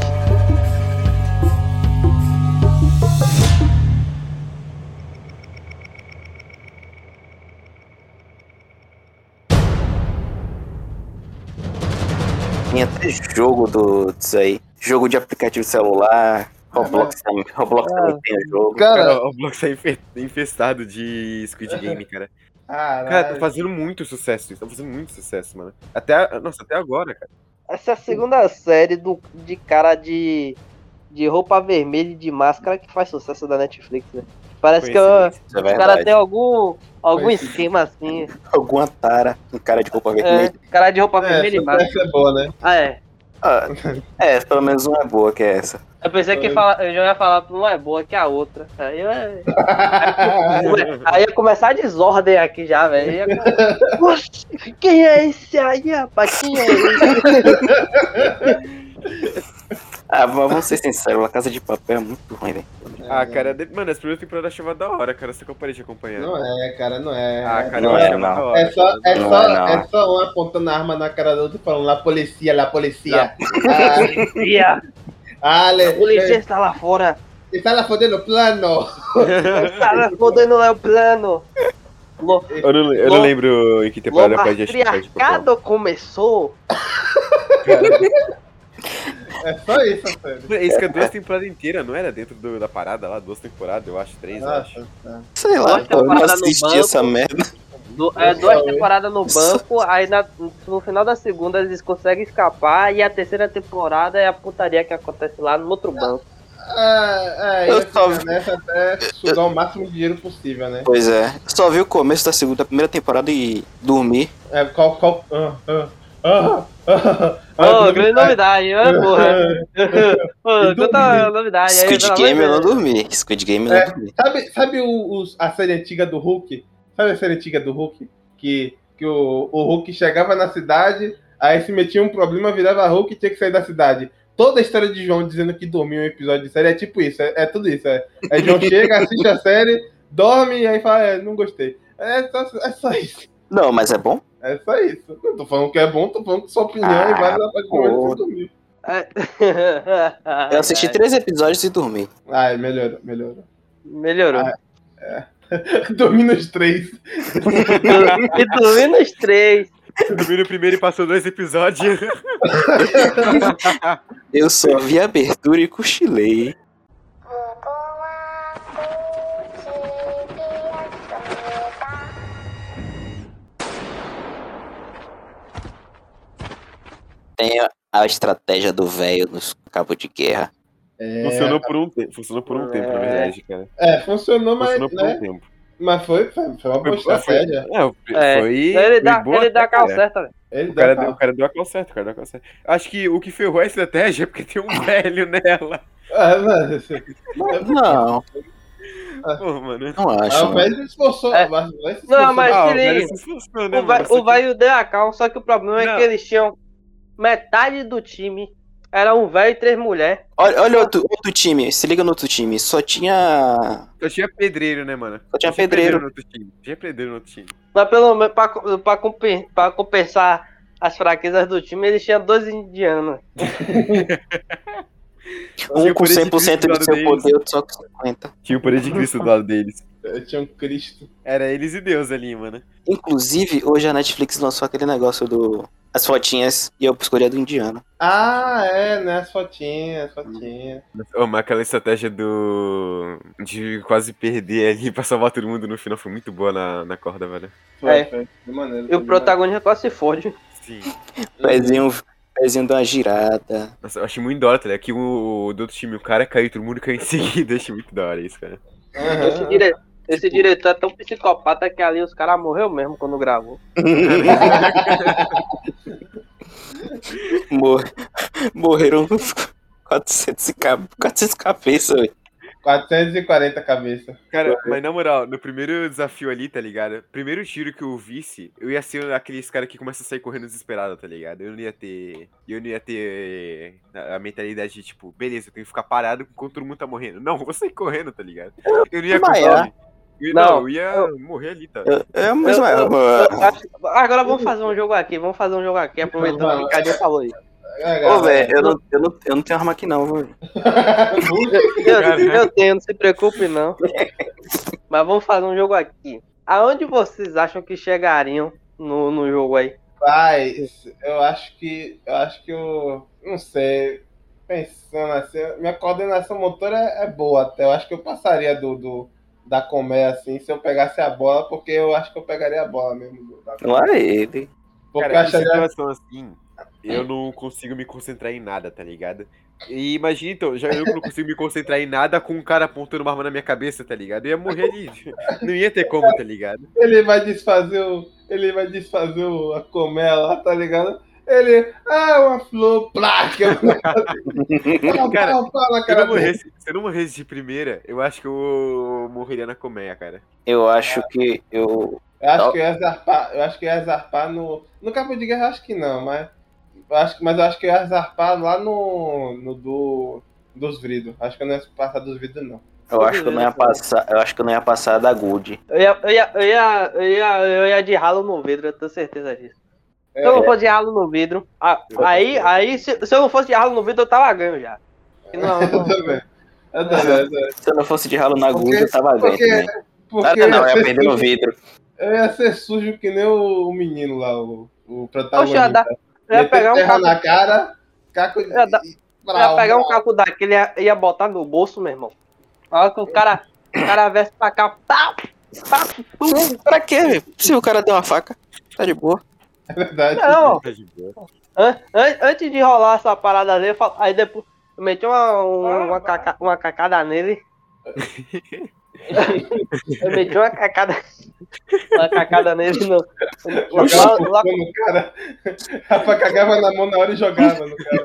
Tem até jogo do, disso aí. Jogo de aplicativo de celular. Roblox, também- Roblox também tem o jogo. Cara, Cara, o Blox tá infe- infestado de Squid Game, cara. Cara, tá caralho. fazendo muito sucesso isso. Tá fazendo muito sucesso, mano. Até, nossa, até agora, cara. Essa é a segunda série do, de cara de, de roupa vermelha e de máscara que faz sucesso da Netflix, né? Parece que o, Coincidência. Isso é o cara verdade. tem algum, algum Foi. esquema assim. Alguma tara, um cara de roupa É, vermelha. cara de roupa É, vermelha e essa máscara. peça é boa, né? Ah, é. Ah, é, pelo menos uma é boa, que é essa. Eu pensei que fala, eu já ia falar que uma é boa que a outra. Aí, eu, aí ia começar a desordem aqui já, velho. Ia- Poxa, quem é esse aí, rapaz? Quem é esse? Ah, mas vamos ser sinceros, a Casa de Papel é muito ruim, velho. Ah, cara, de- mano, as primeiras temporadas eu achava da hora, cara. Você que eu parei de acompanhar. Não é, cara, não é. Ah, cara, Não eu é, achava não. da hora. É só, é, Não só, é, não. é só um apontando a arma na cara do outro e falando, lá policia, lá policia. Ah, Ia, ah, le, o polícia le, está lá fora. está lá fodendo o plano. Está lá fodendo lá o plano. Lo, Eu não, eu não lembro em que o temporada eu parei de assistir. matriarcado começou. É só isso, sério. Isso que é duas temporadas inteiras, não era dentro do- da parada lá? Duas temporadas, eu acho, três, eu acho. Nossa, Sei lá, Duas pô, eu não temporadas no assisti banco. essa merda. Du- é, duas temporadas no banco, aí na- no final da segunda eles conseguem escapar e a terceira temporada é a putaria que acontece lá no outro banco. Ah, é, Eu eu só- fico nessa até sugar o máximo de dinheiro possível, né? Pois é, só vi o começo da segunda, da primeira temporada e dormi. É, qual, qual, ah, ah, ah, ah, Ô, ah, grande novidade, ô, porra. Ô, E tanta dormir. novidade aí, Squid pelo amor Game de eu não Deus. dormi. Squid Game eu É. não dormi. Sabe, sabe o, os- a série antiga do Hulk? Sabe a série antiga do Hulk? Que, que o, o Hulk chegava na cidade, aí se metia um problema, virava Hulk e tinha que sair da cidade. Toda a história de João dizendo que dormiu em um episódio de série é tipo isso, é, é tudo isso. É, é João chega, assiste a série, dorme e aí fala, é, não gostei. É só, é só isso. Não, mas é bom? É só isso. Não tô falando que é bom, tô falando que sua opinião Ah, é válida a partir do momento que pô. você dormiu. Eu assisti três episódios e dormi. Ah, melhorou, melhorou. Melhorou. Ah. Dormi nos três. E dormi nos três. Dormi no primeiro e passou dois episódios. Eu só vi a abertura e cochilei. Tem a, a estratégia do velho nos cabos de guerra. É, Funcionou por um tempo. Funcionou por um tempo, na verdade, cara. é, funcionou, mas, Funcionou por né, um tempo. mas foi, foi, foi uma boa estratégia. Não, É, foi. ele dá, foi boa ele dá a até, cal cara. certa, velho. Ele O cara, deu deu, o cara deu a cal certa, o cara deu a cal certa. Acho que o que ferrou a estratégia é porque tem um velho nela. Ah, mas, Não, Pô, mano. não ah, acho. o velho se esforçou. É. Mas, o velho se Não, esforçou. mas Ah, o se velho liga. se esforçou, né, O vai- mano? Só o velho deu a cal, só que o problema é Não. que eles tinham metade do time. Era um velho e três mulheres. Olha, olha outro, outro time, se liga no outro time. Só tinha. Só tinha pedreiro, né, mano? Só tinha pedreiro. no outro time. Tinha pedreiro no outro time. Mas pelo menos pra, pra, compen- pra compensar as fraquezas do time, eles tinham dois indianos. Um Tinha o com poder de cem por cento do Cristo seu do lado poder, outro só com cinquenta. Tinha o poder de Cristo do lado deles. Eu tinha um Cristo. Era eles e Deus ali, mano. Inclusive, hoje a Netflix lançou aquele negócio do as fotinhas e eu escolhi a do indiano. Ah, é, né? As fotinhas, as fotinhas. Ô, mas aquela estratégia do. de quase perder ali pra salvar todo mundo no final foi muito boa na, na corda, velho. Foi, É. foi. Foi maneiro. E o protagonista quase se fode. Sim. Pezinho, pezinho de uma girada. Nossa, eu achei muito da hora, tá ligado? Que o do outro time, o cara caiu, todo mundo caiu em seguida. Eu achei muito da hora isso, cara. Aham. Esse, dire... Esse diretor é tão psicopata que ali os caras morreu mesmo quando gravou. Mor... Morreram quatrocentos, e ca- quatrocentos cabeças, velho. quatrocentos e quarenta cabeças. Cara, mas na moral, no primeiro desafio ali, tá ligado? Primeiro tiro que eu visse, eu ia ser aqueles caras que começam a sair correndo desesperado, tá ligado? Eu não ia ter. Eu não ia ter a mentalidade de, tipo, beleza, eu tenho que ficar parado enquanto todo mundo tá morrendo. Não, eu vou sair correndo, tá ligado? Eu não ia Mas contar. é. Eu, Não, não, eu ia eu- morrer ali, tá? Eu, eu, Eu- mas, eu- mas- eu acho- Agora vamos fazer um jogo aqui, vamos fazer um jogo aqui, aproveitando o que o Ricardinho falou aí. É, Ô, galera. velho, eu não, eu, não, eu não tenho arma aqui não, velho. Eu, eu tenho, não se preocupe não. Mas vamos fazer um jogo aqui. Aonde vocês acham que chegariam no, no jogo aí? Mas eu acho que. Eu acho que eu. Não sei. Pensando assim, minha coordenação motora é, é boa até. Eu acho que eu passaria do, do da colmeia assim se eu pegasse a bola, porque eu acho que eu pegaria a bola mesmo. do- Da Não é ele. porque eu Cara, em acharia. situação assim, eu não consigo me concentrar em nada, tá ligado? E imagina então, já eu que não consigo me concentrar em nada com um cara apontando uma arma na minha cabeça, tá ligado? Eu ia morrer ali. Não ia ter como, tá ligado? Ele vai desfazer o. Ele vai desfazer o, a colmeia lá, tá ligado? Ele. Ah, uma flor, placa! Cara, Fala, fala, Se eu, cara. não morresse, se eu não morresse de primeira, eu acho que eu morreria na colmeia, cara. Eu acho que eu... Eu acho que eu ia zarpar, eu acho que eu ia zarpar no. No cabo de guerra, eu acho que não, mas. Eu acho, que- mas eu acho que eu ia zarpar lá no. no do. Dos vidros. Acho que eu não ia passar dos vidros, não. Eu acho que eu não ia passar, eu acho que eu não ia passar da Good. Eu ia, eu ia, eu ia, eu ia, eu ia de ralo no vidro, eu tenho certeza disso. Se eu não fosse de ralo no vidro, a- aí, aí se, se eu não fosse de ralo no vidro, eu tava ganho já. Não, Eu não. também. Eu também, eu também. Se eu não fosse de ralo na Porque- Good, eu tava vendo porque- também. Porque Ah, eu, não, eu ia ia ser perder no sujo, vidro. eu ia ser sujo que nem o, o menino lá, o, o Poxa, protagonista. eu ia, dar- eu ia Meter pegar um terra caco, na cara, caco ia dar- e- eu ia pegar um caco daquele e ia, ia botar no bolso, meu irmão. A hora que o cara, o cara veste pra cá, pá, pá, pum. Pra quê, velho? Se o cara deu uma faca, tá de boa. É verdade. Não, Tá de boa. an- an- antes de rolar essa parada dele, eu falo- aí depois eu meti uma, um- uma, caca- uma cacada nele. Eu meti uma cacada, uma cacada nele no, lá, Jogava lá, lá, no cara. Rafa cagava na mão na hora e jogava no cara.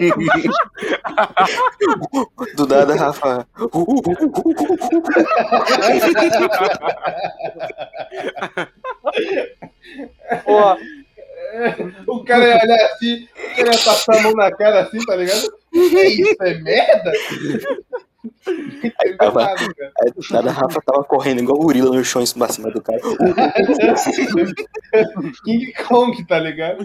Do nada, Rafa. porra, O cara ia olhar assim, o cara ia passar a mão na cara assim, tá ligado? Que isso, é merda? Não entendeu tava- nada, cara. Aí do nada, Rafa tava correndo igual gorila no chão em cima do cara. King Kong, tá ligado?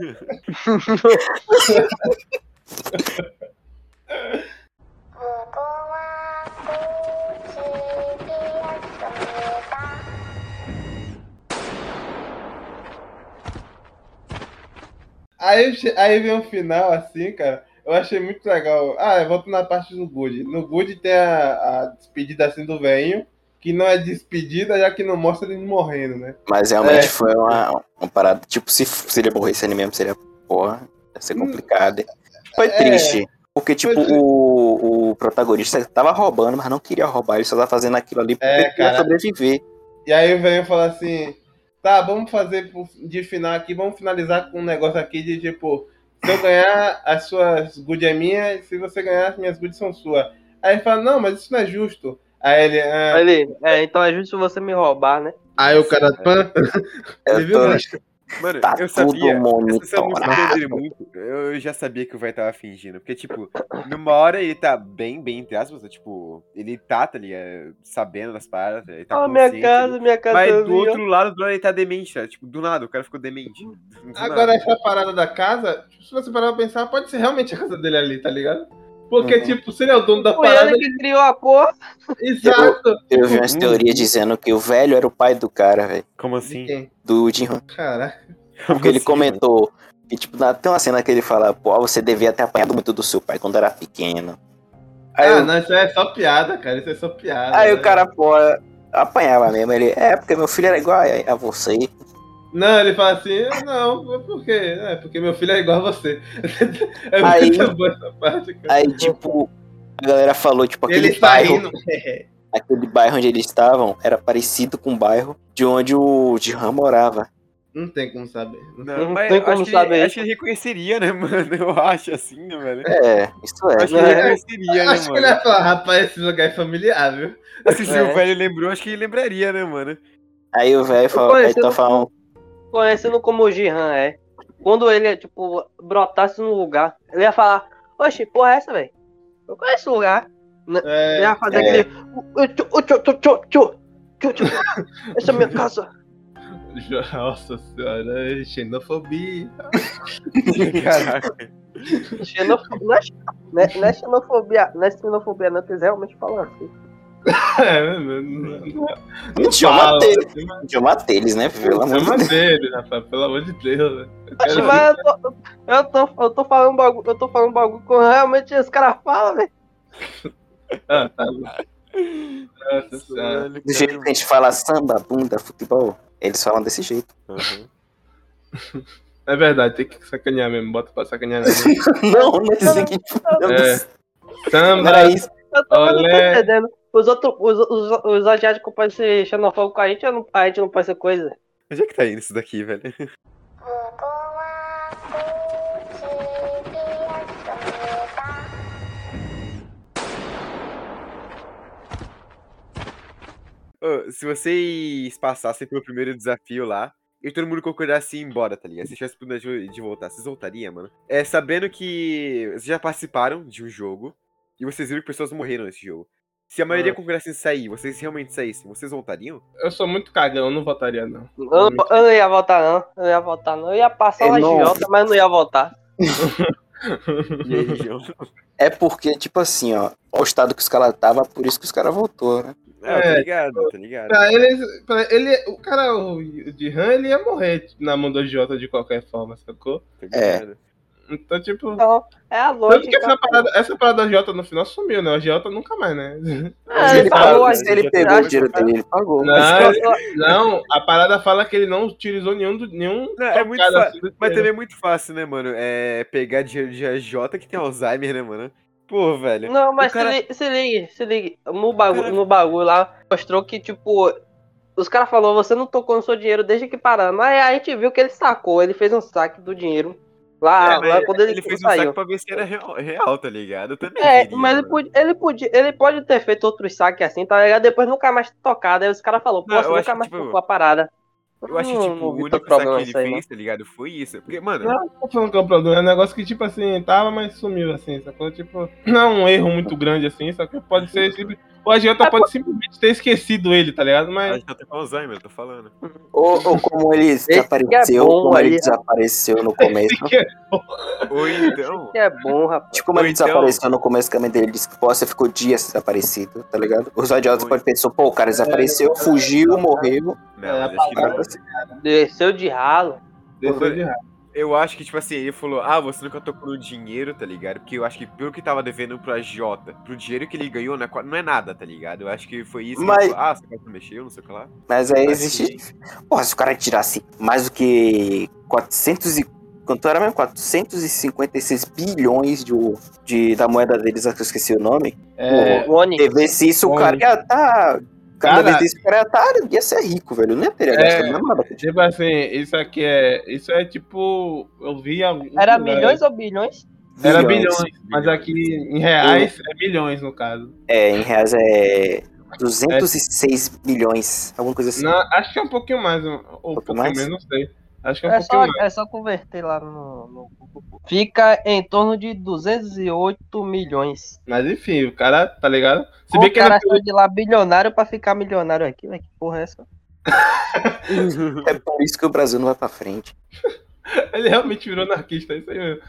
Aí, che- aí vem o final, assim, cara. Eu achei muito legal. Ah, eu volto na parte do Good. No Good tem a, a despedida assim do velhinho, que não é despedida, já que não mostra ele morrendo, né? Mas realmente É. foi uma, uma parada. Tipo, se, se ele morresse ali mesmo, seria. Porra, ia ser complicado. Foi É. triste. Porque, tipo, Foi triste. o, o protagonista tava roubando, mas não queria roubar. Ele só tava fazendo aquilo ali porque É, ele queria cara. sobreviver. E aí o velhinho fala assim: tá, vamos fazer pro- de final aqui, vamos finalizar com um negócio aqui de tipo, se eu ganhar, as suas good é minha, e se você ganhar, as minhas good são suas. Aí ele fala: não, mas isso não é justo. Aí ele, ah, aí ele, é, então é justo você me roubar, né? aí o cara, pã, Eu ele viu, tô- né? Mano, Tá eu tudo sabia. Essa não se monitorado. dele muito. Eu já sabia que o velho tava fingindo. Porque, tipo, numa hora ele tá bem, bem, entre aspas, tipo, ele tá, tá ligado? Sabendo das paradas, ele tá Ó, minha consciente casa, ali. minha casa. Mas do outro lado, do lado ele tá demente, tá? Tipo, do nada, o cara ficou demente. Do Agora, nada. essa parada da casa, tipo, se você parar pra pensar, pode ser realmente a casa dele ali, tá ligado? Porque, Uhum. tipo, se ele é o dono da Foi parada. ele que criou a porra. Exato! Eu vi umas Uhum. teorias dizendo que o velho era o pai do cara, velho. Como De assim? quem? Do Jin Han. Caraca. Porque ele assim, comentou. E tipo, na- tem uma cena que ele fala, pô, você devia ter apanhado muito do seu pai quando era pequeno. Aí, Ah, o- não, isso é só piada, cara. Isso é só piada. aí né? o cara, pô, apanhava mesmo. Ele, é, porque meu filho era igual a, a você. Não, ele fala assim, não, por quê? É, porque meu filho é igual a você. É Aí- muito boa essa parte, cara. Aí, tipo, a galera falou, tipo, aquele Ele tá bairro, rindo. aquele bairro onde eles estavam era parecido com o bairro de onde o Jihan morava. Não tem como saber. Não, Não mas tem eu como acho que, saber ele, isso. acho que ele reconheceria, né, mano? Eu acho assim, né, velho? É, isso é. Acho que ele É. reconheceria, né, Acho que ele mano? vai falar, rapaz, esse lugar é familiar, viu? Assim, se o É. velho lembrou, acho que ele lembraria, né, mano? Aí o velho falou, aí conhecendo tá falando, Conhecendo como o Jihan é, quando ele, tipo, brotasse no lugar, ele ia falar, oxe, porra é essa, velho? Eu conheço esse lugar. Ele É, ia fazer é. aquele. "Uh, uh, tchu, uh, tchu, tchu, tchu, tchu, tchu, tchu. Essa é a minha casa. nossa senhora, é xenofobia. Caraca. Xenofobia. Não é, não é- não é xenofobia, não é xenofobia, não, que eles realmente falam assim. É, não, não, não, não idioma fala, deles, mas- idioma deles, né? Pelo amor de Chama Deus. dele, rapaz, pelo amor de Deus. Né? Eu Oxe, quero mas eu tô, eu tô, eu tô falando bagulho, eu tô falando bagulho com realmente os caras falam, velho. Ah, tá bom. Nossa senhora. Velho, Do jeito cara. que a gente fala samba, bunda, futebol, eles falam desse jeito. Uhum. É verdade, tem que sacanear mesmo, bota pra sacanear mesmo. Não, não é dizer que. É. Samba, Não era isso. Eu tô, eu não tô Olé. entendendo. Os outros, os, os, os asiáticos podem ser xenofóbicos com a gente, eu não- a gente não pode ser coisa. Onde é que tá indo isso daqui, velho? Ô, se vocês passassem pelo primeiro desafio lá e todo mundo concordasse em ir embora, tá ligado? Se tivesse oportunidade de de voltar, vocês voltariam, mano? É, sabendo que vocês já participaram de um jogo e vocês viram que pessoas morreram nesse jogo. Se a maioria Ah. concordasse em sair, vocês realmente saíssem, vocês voltariam? Eu sou muito cagão, eu não votaria, não. Eu, não- eu não ia votar, não. Eu não ia votar, não. Eu ia passar Eu uma não- agiota, mas eu não ia votar. E aí, João? É porque, tipo assim, ó, o estado que os caras tava, por isso que os caras voltou, né? É, tá É, ligado, tá ligado. Pra ele, pra ele, o cara, o Jihan, ele ia morrer na mão do agiota de qualquer forma, sacou? Tá É. ligado. Então, tipo. Então, é a Tanto que lógica. essa parada, essa parada do agiota no final sumiu, né? O agiota nunca mais, né? Ah, Se ele ele, pagou, pagou, a se ele já pegou tem- o dinheiro dele, ele pagou. Não, não, a parada fala que ele não utilizou nenhum. do- nenhum Não, é muito tocado fa- assim do Mas dinheiro. também é muito fácil, né, mano? É pegar dinheiro de A J que tem Alzheimer, né, mano? Pô, velho. Não, mas O cara- se, ligue, se ligue, se ligue. No bagulho, cara- no bagulho lá, mostrou que, tipo, os caras falaram, você não tocou no seu dinheiro desde que paramos. Aí a gente viu que ele sacou, ele fez um saque do dinheiro. Lá, É, mas lá quando ele, ele fez um saiu. saque pra ver se era real, real, tá ligado? Eu também É, queria, mas ele mano. podia, ele, podia, ele pode ter feito outros saques assim, tá ligado? Depois nunca mais tocado. Aí os caras falaram, pô, Não, você eu acho nunca que, mais tipo, tocou a parada. Eu acho que, Não- tipo, não o vi único tanto saque problema que ele nisso aí, fez, não. tá ligado? Foi isso. Porque, mano, Não, não tô falando que é um problema, é um negócio que, tipo assim, tava, mas sumiu, assim, sacou? Tipo, não é um erro muito grande, assim, só que pode ser, simples- o agiota É, pode simplesmente ter esquecido ele, tá ligado? a Mas, gente tá com Alzheimer, eu tô falando. Ou, ou como ele desapareceu, é bom como ele aí. desapareceu no começo. Ou então. Que é bom, rapaz. Tipo, como Ou ele então- desapareceu no começo, que a mãe dele disse que pô, você ficou dias desaparecido, tá ligado? Os idiotas Ou- podem pensar, pô, o cara desapareceu, fugiu, morreu. Não, É, mas acho que Cara, não. assim, Desceu de ralo. desceu de raiva. Eu acho que, tipo assim, ele falou, ah, você nunca tocou no dinheiro, tá ligado? Porque eu acho que pelo que tava devendo pro A J, pro dinheiro que ele ganhou, não é, qua- não é nada, tá ligado? Eu acho que foi isso que Mas- ele falou, ah, você quase mexeu, não sei o que lá. Mas aí Acho existe. Porra, se o cara tirasse mais do que quatrocentos e. Quanto era mesmo? quatrocentos e cinquenta e seis bilhões de, de, da moeda deles, que eu esqueci o nome. É, O Oni. Quer ver se isso o cara ia tá. Cada Cara- vez desse o cara ia, tá, ia ser rico, velho. Não ia ter É. gastado mais nada. tipo assim, isso aqui é. Isso é tipo. Eu vi algum Era lugar. milhões ou bilhões? Era Bilhões. bilhões, mas aqui em reais é milhões no caso. É, em reais é duzentos e seis milhões, alguma coisa assim. Não, acho que é um pouquinho mais, ou um pouquinho pouquinho mais? menos, não sei. Acho que é um É pouquinho só, mais. é só converter lá no, no. Fica em torno de duzentos e oito milhões. Mas enfim, o cara, tá ligado? Se O bem que cara ele, saiu de lá bilionário pra ficar milionário aqui, velho. Que porra é essa? É por isso que o Brasil não vai pra frente. ele realmente virou anarquista, é isso aí mesmo.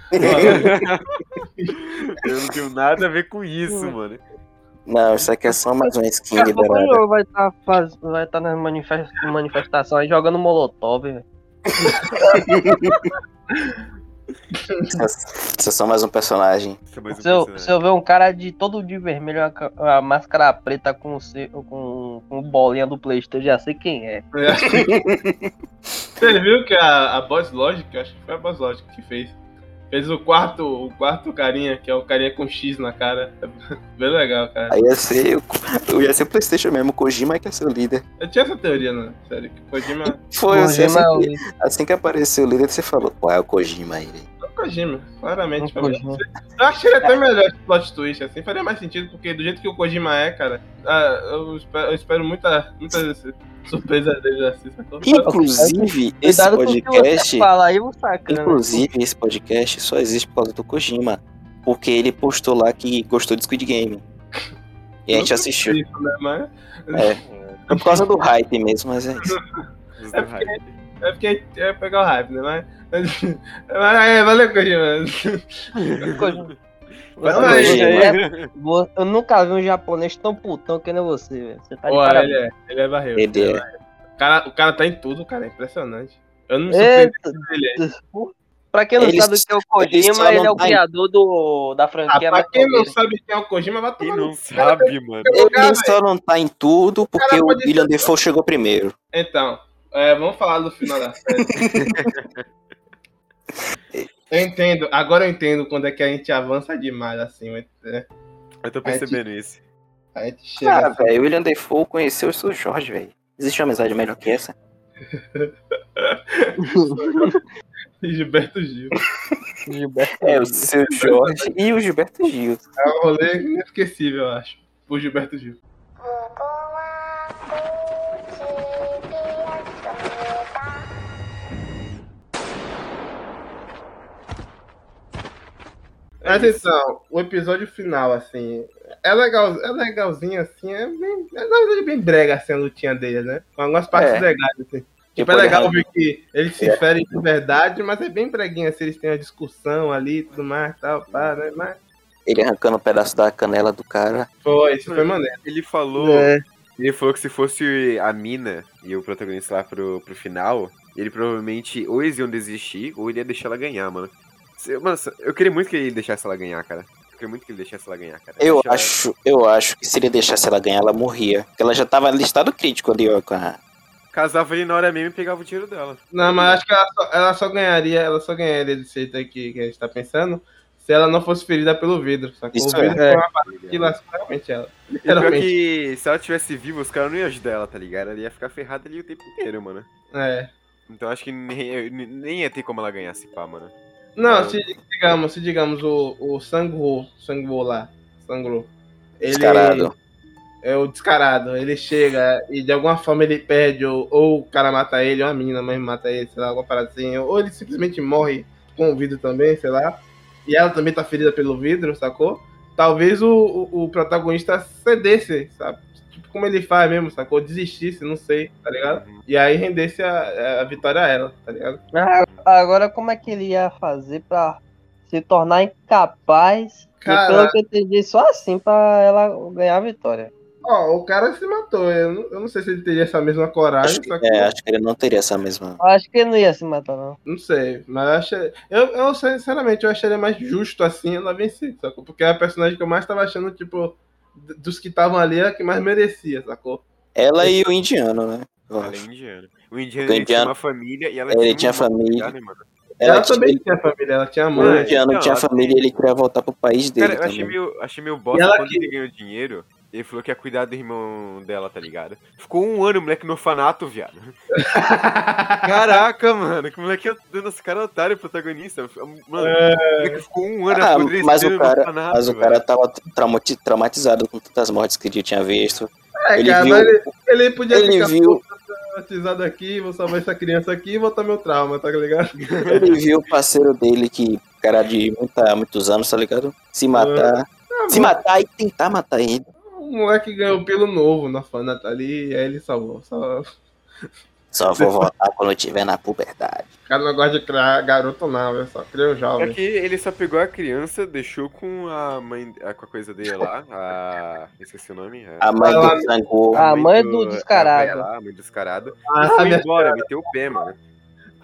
Eu não tenho nada a ver com isso, mano. Não, isso aqui é só mais uma skin Daqui a pouco o liberada. jogo vai estar faz... vai tá nas manifest... manifestações jogando molotov, velho. Isso é só mais um personagem. Isso é mais um Se eu, personagem. se eu ver um cara de todo de vermelho, uma, ca- uma máscara preta com, ce- com, com bolinha do Playstation, eu já sei quem é. Você viu que a, a Boss Logic, eu acho que foi a Boss Logic que fez. Fez o quarto, o quarto carinha, que é o carinha com X na cara. Bem legal, cara. Aí ia ser, eu ia ser o PlayStation mesmo, o Kojima que ia ser o líder. Eu tinha essa teoria, né? Sério, que o Kojima Foi assim, assim, Kojima é o que, líder. assim que apareceu o líder, você falou, qual é o Kojima aí? é o Kojima, claramente. O pra mim. Kojima. Eu acho que ele é até melhor esse plot twist, assim. Faria mais sentido, porque do jeito que o Kojima é, cara, ah, eu, espero, eu espero muita, muitas surpresas dele assim. sacou? Inclusive, esse Cuidado com o que você podcast, fala aí, o sacana. inclusive, esse podcast só existe por causa do Kojima. Porque ele postou lá que gostou de Squid Game. E a gente assistiu. Isso, né? Mas, É. Foi por causa do hype mesmo, mas é isso. Os É do hype. é porque é pegar o hype, né? Mas, mas, mas é, valeu, Kojima. Kojima. Não, Você- aí, você aí. é- vo- eu nunca vi um japonês tão putão que nem você, velho. Você tá de Pô, parabéns. ele é, ele é barril. Ele é. O cara, o cara tá em tudo, cara, é impressionante. Eu não me surpreendo Eita, com ele aí. pra quem não Ele sabe o que é o ele só Kojima, ele é não o tá em- criador do, da Ah, franquia pra quem não Metal Gear. sabe quem é o Kojima, vai Quem tomar não no... sabe, mano? Ele só não tá em tudo porque cara o pode William ser- Defoe chegou primeiro. Então, é, vamos falar do final da série. Eu entendo, agora eu entendo quando é que a gente avança demais, assim, né? Eu tô percebendo isso. A gente chega Ah, assim, velho, o William Defoe conheceu o seu Jorge, velho. Existe uma amizade melhor que essa? Gilberto Gil. Gilberto É, o Gil. seu Jorge e o Gilberto Gil. É um rolê inesquecível, eu acho, por Gilberto Gil. Mas então, o episódio final, assim, é legal, é legalzinho, assim, é bem, é na verdade bem brega, assim, a lutinha deles, né? Com algumas partes É. legais, assim. Tipo, Tipo, é ele legal arranca- ver que eles se É. ferem de verdade, mas é bem breguinho, assim, eles têm uma discussão ali e tudo mais, tal, pá, né? Mas Ele arrancando um pedaço da canela do cara. foi, isso foi maneiro. Ele falou. É. Ele falou que se fosse a mina e o protagonista lá pro, pro final, ele provavelmente ou eles iam desistir ou ele ia deixar ela ganhar, mano. Se- Mano, eu queria muito que ele deixasse ela ganhar, cara. Eu queria muito que ele deixasse ela ganhar, cara. Eu Deixa ela- acho, eu acho que se ele deixasse ela ganhar, ela morria. Porque ela já tava em estado crítico ali, ó. Com a... Casava ali na hora mesmo e pegava o dinheiro dela. Não, mas acho que ela só, ela só ganharia, ela só ganharia desse jeito aqui que a gente tá pensando, se ela não fosse ferida pelo vidro, sacou? Isso O vidro é. foi uma parada que lascou realmente ela. E pior Literalmente. que se ela tivesse viva, os caras não iam ajudar ela, tá ligado? Ela ia ficar ferrada ali o tempo inteiro, mano. É. Então acho que nem, nem ia ter como ela ganhar esse pá, mano. Não, se digamos, se digamos o, o Sangwoo, Sangwoo lá, Sangwoo, ele Descarado. é o descarado, ele chega e de alguma forma ele perde, ou, ou o cara mata ele, ou a menina mesmo mata ele, sei lá, alguma parada assim, ou ele simplesmente morre com o vidro também, sei lá, e ela também tá ferida pelo vidro, sacou? Talvez o, o, o protagonista cedesse, sabe? Tipo, como ele faz mesmo, sacou? Desistisse, não sei, tá ligado? Uhum. E aí rendesse a, a vitória a ela, tá ligado? Ah, agora, como é que ele ia fazer pra se tornar incapaz? Cara- E pelo que eu entendi, só assim pra ela ganhar a vitória. Ó, o cara se matou. Eu não, eu não sei se ele teria essa mesma coragem, Acho que, só que é, acho que ele não teria essa mesma. Eu acho que ele não ia se matar, não. não sei. Mas eu achei. Eu, eu, sinceramente, eu acharia mais justo assim ela vencer, sacou? Porque é a personagem que eu mais tava achando, tipo, d- dos que estavam ali, é a que mais merecia, sacou? Ela e o indiano, né? Eu Ela é acho. indiano. O indiano, O ele tinha indiano- uma família e ela ele tinha, tinha um irmão, tá família. ligado, né, mano? Ela, Ela tinha- também ele- tinha família, ela tinha O mãe. indiano Não, tinha ela família e ele queria voltar pro país dele Cara, eu achei também. meio, achei meio bosta E ela quando que- ele ganhou dinheiro. Ele falou que ia cuidar do irmão dela, tá ligado? Ficou um ano o moleque no orfanato, viado. Caraca, mano, que moleque dando esse cara otário protagonista. Mano, o moleque ficou um ano Ah, apodrecendo mas o no cara, orfanato, mas o velho. cara tava traumati- traumatizado com tantas mortes que ele tinha visto. É, Ele cara, viu- mas ele, ele podia ele ficar viu- traumatizado aqui, vou salvar essa criança aqui e voltar meu trauma, tá ligado? Ele viu o parceiro dele, que cara de muita, muitos anos, tá ligado? Se matar. Ah, Se matar e tentar matar ele. O moleque ganhou pelo novo na orfanato ali, e aí ele salvou. salvou. Só vou voltar quando eu tiver na puberdade. O cara não gosta de criar garoto não, eu só crio Só jovem. que ele só pegou a criança, deixou com a mãe, a- com a coisa dele lá, a... esqueci o nome. A mãe Vai lá. do Sangu. A mãe do descarado. A, lá, a mãe do descarado. Ah, E foi minha embora, meteu o pé, mano.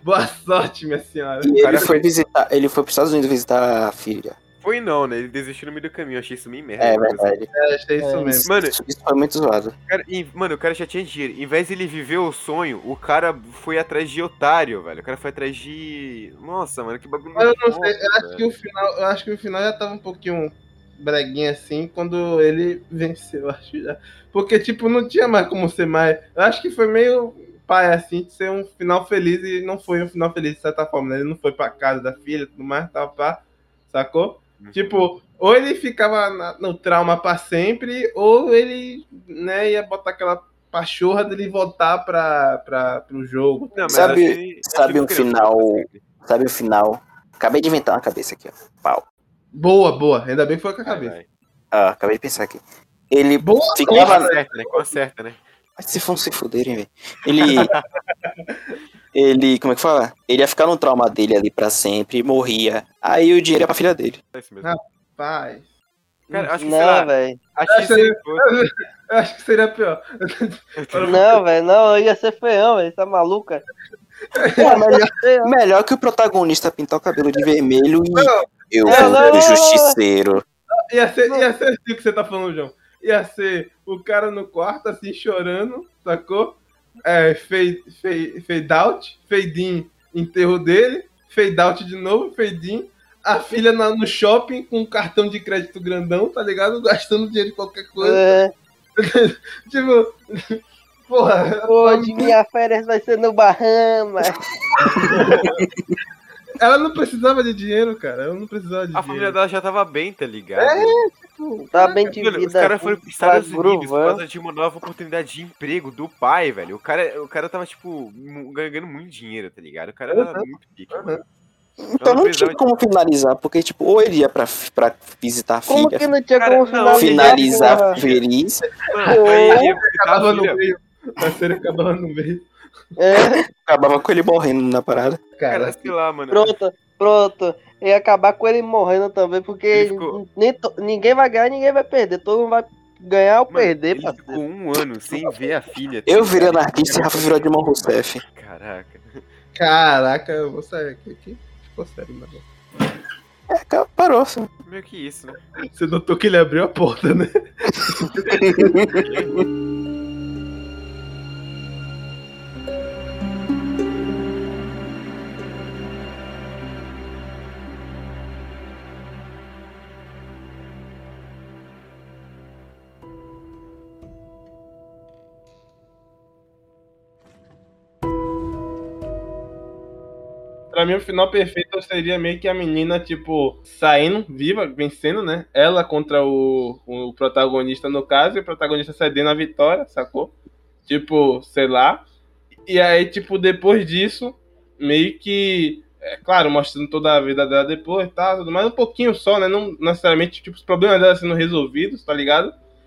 Boa sorte, minha senhora. E ele cara foi foi- visitar, ele foi pros Estados Unidos visitar a filha. Foi não, né? Ele desistiu no meio do caminho. Eu achei isso meio merda. É mano. verdade. É, achei isso É. mesmo. Mano, Isso, isso foi muito zoado. Cara, e, mano, o cara já tinha dinheiro. Em vez de ele viver o sonho, o cara foi atrás de otário, velho. O cara foi atrás de. Nossa, mano, que bagulho. Mas eu não louco, sei, eu acho velho. que o final, eu acho que o final já tava um pouquinho breguinha assim quando ele venceu, acho já. Porque, tipo, não tinha mais como ser mais. Eu acho que foi meio pai assim de ser um final feliz e não foi um final feliz de certa forma, né? Ele não foi pra casa da filha e tudo mais, tal, pá, sacou? Uhum. Tipo, ou ele ficava na- no trauma pra sempre, ou ele, né, ia botar aquela pachorra dele voltar pra, pra, pro jogo. Não, mas Sabe- acho que- acho sabe que um ele não final- foi pra sempre. Sabe o final? Acabei de inventar uma cabeça aqui, ó. Pau. Boa, boa. Ainda bem que foi com a Vai, cabeça. vai. Ah, acabei de pensar aqui. Ele Boa, ficava. Conserta, né? Conserta, né? Mas se for se fuderem, velho. Ele. Ele. Como é que fala? Ele ia ficar no trauma dele ali pra sempre e morria. Aí o dinheiro ia pra filha dele. É isso mesmo. Ah, Paz. Cara, acho que, sei Não, lá, velho. acho que se ele fosse... Eu acho que seria pior. Não, velho. Não, eu ia ser feião, velho. Tá maluca? Pô, melhor, Feião. melhor que o protagonista pintar o cabelo de vermelho e. Não. Eu Não, sou não, não, o justiceiro. Ia ser, ia ser assim o que você tá falando, João. Ia ser o cara no quarto, assim, chorando, sacou? É, fade, fade, fade out, fade in, enterro dele, fade out de novo, fade in. A filha na- no shopping com um cartão de crédito grandão, tá ligado? Gastando dinheiro de qualquer coisa. É, Tipo, porra, hoje minha férias vai ser no Bahamas. ela não precisava de dinheiro, cara. Ela não precisava de A família dinheiro. dela já tava bem, tá ligado? É, Tá bem de Mano, vida. os caras foram pros tá Estados Unidos por gruvando. causa de uma nova oportunidade de emprego do pai, velho. O cara, o cara tava, tipo, mu- ganhando muito dinheiro, tá ligado? O cara era Uhum. muito pique, Uhum. mano. Então não precisava tinha como finalizar, porque, tipo, ou ele ia pra, pra visitar a Como filha, que não tinha Cara, como não, finalizar porra? feliz, Mano, aí ele ia visitar a Acabava no filha. meio. A série acabava no meio. É, acabava com ele morrendo na parada. Cara, Cara, sei lá, mano. pronto, pronto. Ia acabar com ele morrendo também, porque Ele ficou- nem to- ninguém vai ganhar, ninguém vai perder. Todo mundo vai ganhar ou Mano, perder, ele parceiro. ficou um ano sem ver a filha. tá Eu virei ligado? anarquista e Rafa virou Dilma Rousseff. Caraca. caraca, eu vou sair aqui. aqui. Ficou sério, mano. É, cara, parou, só. Meio que isso, né? Você notou que ele abriu a porta, né? Pra mim, o final perfeito seria meio que a menina, tipo, saindo viva, vencendo, né? Ela contra o, o protagonista, no caso, e o protagonista cedendo a vitória, sacou? Tipo, sei lá. E aí, tipo, depois disso, meio que, é claro, mostrando toda a vida dela depois, tá? Tudo mais, um pouquinho só, né? Não necessariamente, tipo, os problemas dela sendo resolvidos, tá ligado?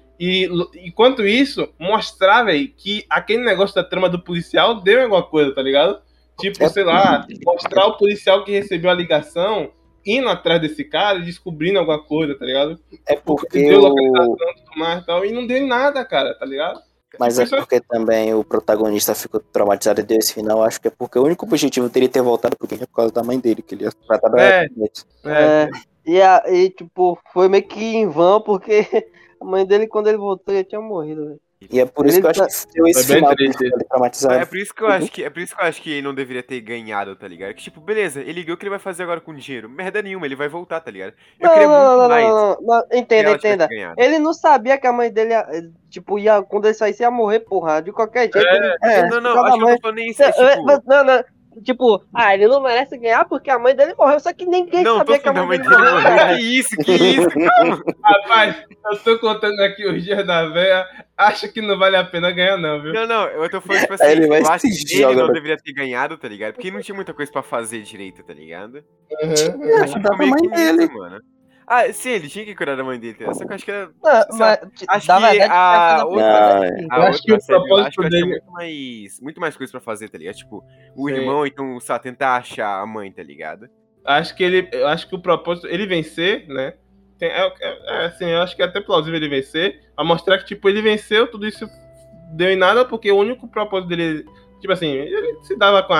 E enquanto isso, mostrar, velho, que aquele negócio da trama do policial deu alguma coisa, tá ligado? Tipo, sei lá, mostrar o policial que recebeu a ligação indo atrás desse cara e descobrindo alguma coisa, tá ligado? É porque Deu o... localização e tudo mais e tal, e não deu em nada, cara, tá ligado? Mas é porque também o protagonista ficou traumatizado e deu esse final. Acho que é porque o único objetivo dele ter voltado pro game é por causa da mãe dele, que ele ia tratar da... É. É. É, e, a, e, tipo, foi meio que em vão, porque a mãe dele, quando ele voltou, já tinha morrido, velho. E é por isso Ele que eu acho tá- que deu esse Foi bem final triste. dele traumatizado. É por isso que eu acho que é por isso que eu acho que ele não deveria ter ganhado, tá ligado? Que tipo, beleza, ele ganhou, o que ele vai fazer agora com o dinheiro? Merda nenhuma, ele vai voltar, tá ligado? Eu Não, queria não, muito não, mais não, não, não, que entenda, ela tivesse entenda. ganhado. Ele não sabia que a mãe dele, ia, tipo, ia, quando ele saísse, ia morrer, porra. De qualquer jeito, ele É, Não, não, Cada acho que eu mãe- tô falando nem isso, é Não, tipo... não, não, tipo, ah, ele não merece ganhar porque a mãe dele morreu. Só que ninguém Não, tô sabia que a falando da mãe mãe dele dele morreu. morrer. cara. Que isso, que isso, calma. Rapaz, eu tô contando aqui os dias da véia, acho que não vale a pena ganhar não, viu? Não, não, eu tô falando, tipo assim, Aí ele vai eu acho se que ele joga não no- deveria ter ganhado, tá ligado? Porque não tinha muita coisa pra fazer direito, tá ligado? Uhum. É, Acho que dava ficou meio a mãe que nisso, dele. mano. Ah, sim, ele tinha que cuidar da mãe dele, tá? Só que eu acho que era... Não, sei lá, mas, acho na que verdade, a essa da outra- puta, Não, né? A Eu outra acho que o série, eu propósito acho que ela tinha dele- muito mais, muito mais coisas pra fazer, tá ligado? Tipo, o Sim. irmão, então, sei lá, tentar achar a mãe, tá ligado? Acho que ele, eu acho que o propósito, ele vencer, né? Tem, é, é- é, assim, eu acho que é até plausível ele vencer, a mostrar que, tipo, ele venceu, tudo isso deu em nada, porque o único propósito dele, tipo assim, ele se dava com a,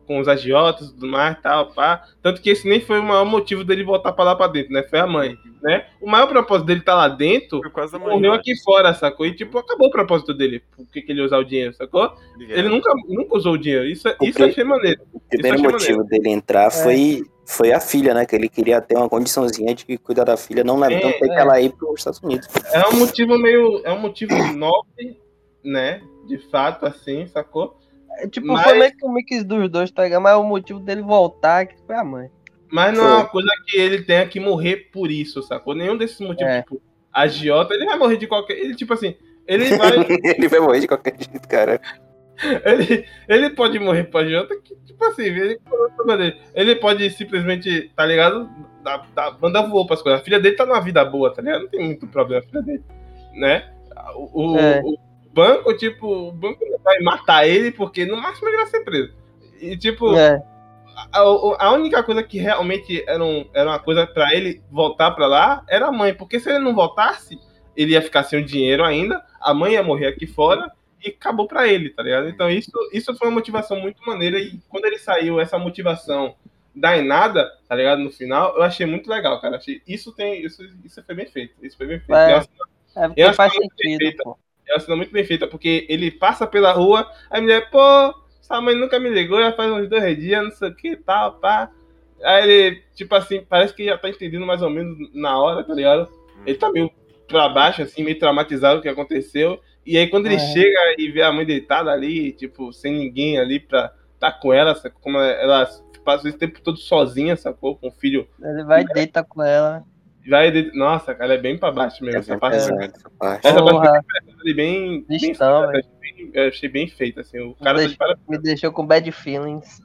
com os agiotas e tudo mais, tal, pá. Tanto que esse nem foi o maior motivo dele voltar pra lá pra dentro, né? Foi a mãe, né? O maior propósito dele tá lá dentro, Foi quase a mãe, morreu né? aqui fora, sacou? E, tipo, acabou o propósito dele. Por que, que ele ia usar o dinheiro, sacou? Ele nunca, nunca usou o dinheiro. Isso, isso Porque- eu achei maneiro. O primeiro achei motivo dele entrar foi, foi a filha, né? Que ele queria ter uma condiçãozinha de cuidar da filha, não, É, não ter é. que ela ir para os Estados Unidos. É um motivo meio. É um motivo nobre, né? De fato, assim, sacou? É, tipo, Mas- foi meio que o mix dos dois, tá ligado? Mas o motivo dele voltar que foi a mãe. Mas não Foi. é uma coisa que ele tenha que morrer por isso, sacou? Nenhum desses motivos, É. tipo, agiota, ele vai morrer de qualquer. Ele, tipo assim, ele vai. Ele vai morrer de qualquer jeito, cara. ele, ele pode morrer por agiota, que, tipo assim, ele, ele pode simplesmente, tá ligado? Da, da banda voou pras coisas. A filha dele tá numa vida boa, tá ligado? Não tem muito problema a filha dele, né? O, o, É. o banco, tipo, o banco não vai matar ele, porque no máximo ele vai ser preso. E, tipo. É. A, a única coisa que realmente era, um, era uma coisa pra ele voltar pra lá era a mãe, porque se ele não voltasse, ele ia ficar sem o dinheiro ainda, a mãe ia morrer aqui fora e acabou pra ele, tá ligado? Então isso, isso foi uma motivação muito maneira e quando ele saiu, essa motivação dá em nada, tá ligado? No final, eu achei muito legal, cara. Achei, isso tem, isso, isso foi bem feito, isso foi bem feito. É. E essa- É porque Eu acho faz que é muito sentido, perfeita. pô. é uma cena muito bem feita, porque ele passa pela rua, a mulher, pô, sua mãe nunca me ligou, já faz uns dois dias, não sei o que, tal, pá. Aí ele, tipo assim, parece que já tá entendendo mais ou menos na hora, tá ligado? Ele tá meio pra baixo, assim, meio traumatizado do que aconteceu. E aí quando ele É. chega e vê a mãe deitada ali, tipo, sem ninguém ali pra tá com ela, sacou? Como ela passa esse tempo todo sozinha, sacou? Com o filho. Ele vai e deita com ela. Vai, de... Nossa, cara, é bem pra baixo mesmo. É Essa bem parte, pesado, essa parte. essa parte Porra, ali bem, bem Tristão, feita, achei bem- eu achei bem feita, assim. O cara tá de deixa- parabéns. me deixou com bad feelings.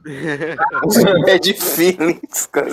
É de feelings, cara.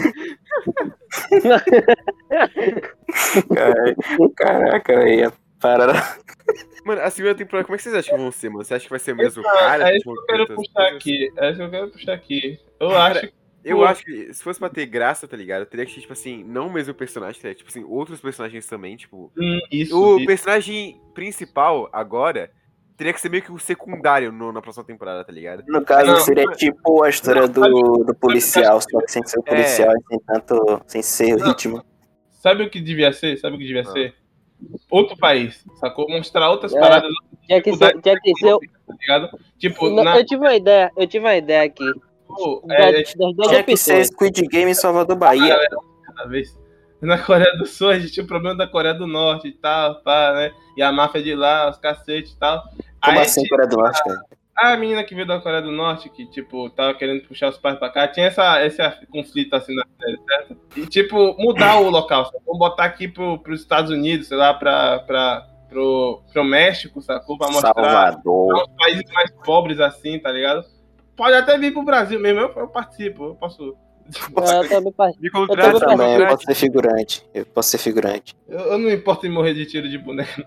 Cara, Caraca, aí a parada. Mano, a segunda temporada, como é que vocês acham que vão ser, mano? Você acha que vai ser o mesmo Então, cara? é isso tipo, que eu quero tantas puxar coisas? aqui. É isso que eu quero puxar aqui. Eu Cara, acho que. Eu Pô. acho que se fosse pra ter graça, tá ligado? Teria que ser, tipo assim, não o mesmo personagem, teria, tipo assim, outros personagens também, tipo. Hum, isso. O isso. personagem principal, agora, teria que ser meio que o secundário no- na próxima temporada, tá ligado? No caso, Não, seria tipo a história do, do policial, só que sem ser o É. policial, sem tanto. sem ser o Não. ritmo. Sabe o que devia ser? Sabe o que devia Ah. ser? Outro país, sacou? Mostrar outras É. paradas, Tinha que ser, tinha que ser. tá ligado? Tipo, Não, na. eu tive uma ideia, eu tive uma ideia aqui. pô, Da- é, das duas Tinha que ser opções. Squid Game em Salvador, Bahia. cada vez. Na Coreia do Sul, a gente tinha o problema da Coreia do Norte e tal, pá, né? E a máfia de lá, os cacete e tal. Como Aí assim, Coreia do Norte, cara? a menina que veio da Coreia do Norte, que, tipo, tava querendo puxar os pais pra cá, tinha essa, esse conflito, assim, na série, certo? E, tipo, mudar o local, sabe? Vamos botar aqui pro, pros Estados Unidos, sei lá, pra, pra, pro, pro México, sacou? Pra mostrar Salvador. os países mais pobres, assim, tá ligado? Pode até vir pro Brasil mesmo, eu, eu participo, eu posso... Eu também par- Me Eu Eu contrate, me também também, eu contrate. posso ser figurante. Eu posso ser figurante. Eu, eu não importo em morrer de tiro de boneco.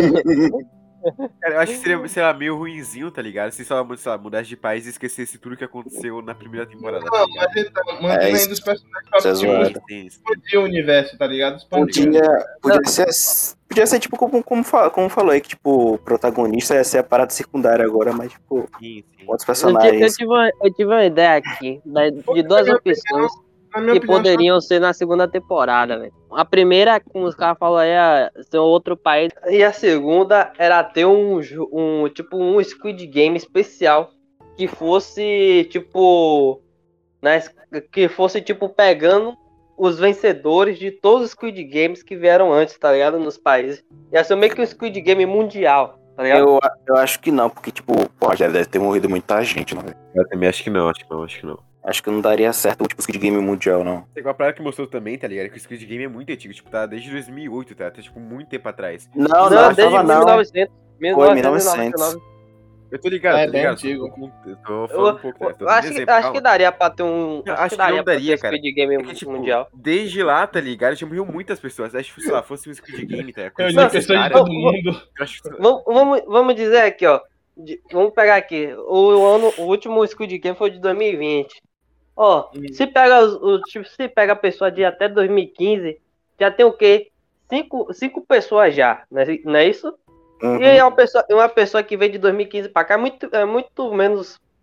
Cara, eu acho que seria, sei lá, meio ruinzinho, tá ligado? Se só, sei lá, mudasse de país e esquecesse tudo que aconteceu na primeira temporada, tá Não, ligado? mas então, mantendo É, ainda isso- os personagens isso é pra zoado. Sim, sim, sim. expandir o universo, tá ligado? Expandir. Podia, podia ser. Podia ser tipo como, como, fa- como falou aí, que tipo, o protagonista ia ser a parada secundária agora, mas tipo, sim, sim. outros Eu, tive, eu, personagens. tive uma, eu tive uma ideia aqui né, de duas opções Na minha que opinião, poderiam ser na segunda temporada, velho. A primeira, como os caras falaram, é ser outro país. E a segunda era ter um, jo- um tipo um Squid Game especial que fosse tipo, né, que fosse tipo pegando os vencedores de todos os Squid Games que vieram antes, tá ligado? Nos países. Ia ser meio que um Squid Game mundial, tá ligado? Eu, eu acho que não, porque, tipo, pô, já deve ter morrido muita gente, não. Eu também acho que não, acho que não, acho que não. Acho que não daria certo, tipo, Squid Game mundial, não. Tem uma parada que mostrou também, tá ligado? Que o Squid Game é muito antigo, tipo, tá desde dois mil e oito, tá? Tá, tipo, muito tempo atrás. Não, Não, não, desde tava não. mil e novecentos. Foi mil novecentos e noventa e nove. Eu tô ligado, É, tô bem ligado. antigo. Tô, com- eu tô Eu, falando um pouco, né? eu Tô dando acho, que, exemplo, acho calma. que daria pra ter um. Eu Acho, acho que que não daria pra daria, ter cara. Squid Game É que, tipo, mundial. desde lá, tá ligado? Já morreu muitas pessoas. Acho que, sei lá, fosse um Squid Game, tá? Eu Conheci li esses pessoas de caras, todo mundo. eu acho que- Vamos, vamos, vamos dizer aqui, ó. De- vamos pegar aqui. O, ano, o último Squid Game foi de dois mil e vinte. Ó, Uhum. se pega os, o tipo, se pega a pessoa de até dois mil e quinze, já tem o quê? Cinco, cinco pessoas já, não é, não é isso? Uhum. E é uma pessoa, uma pessoa que veio de dois mil e quinze pra cá é muito, é muito menos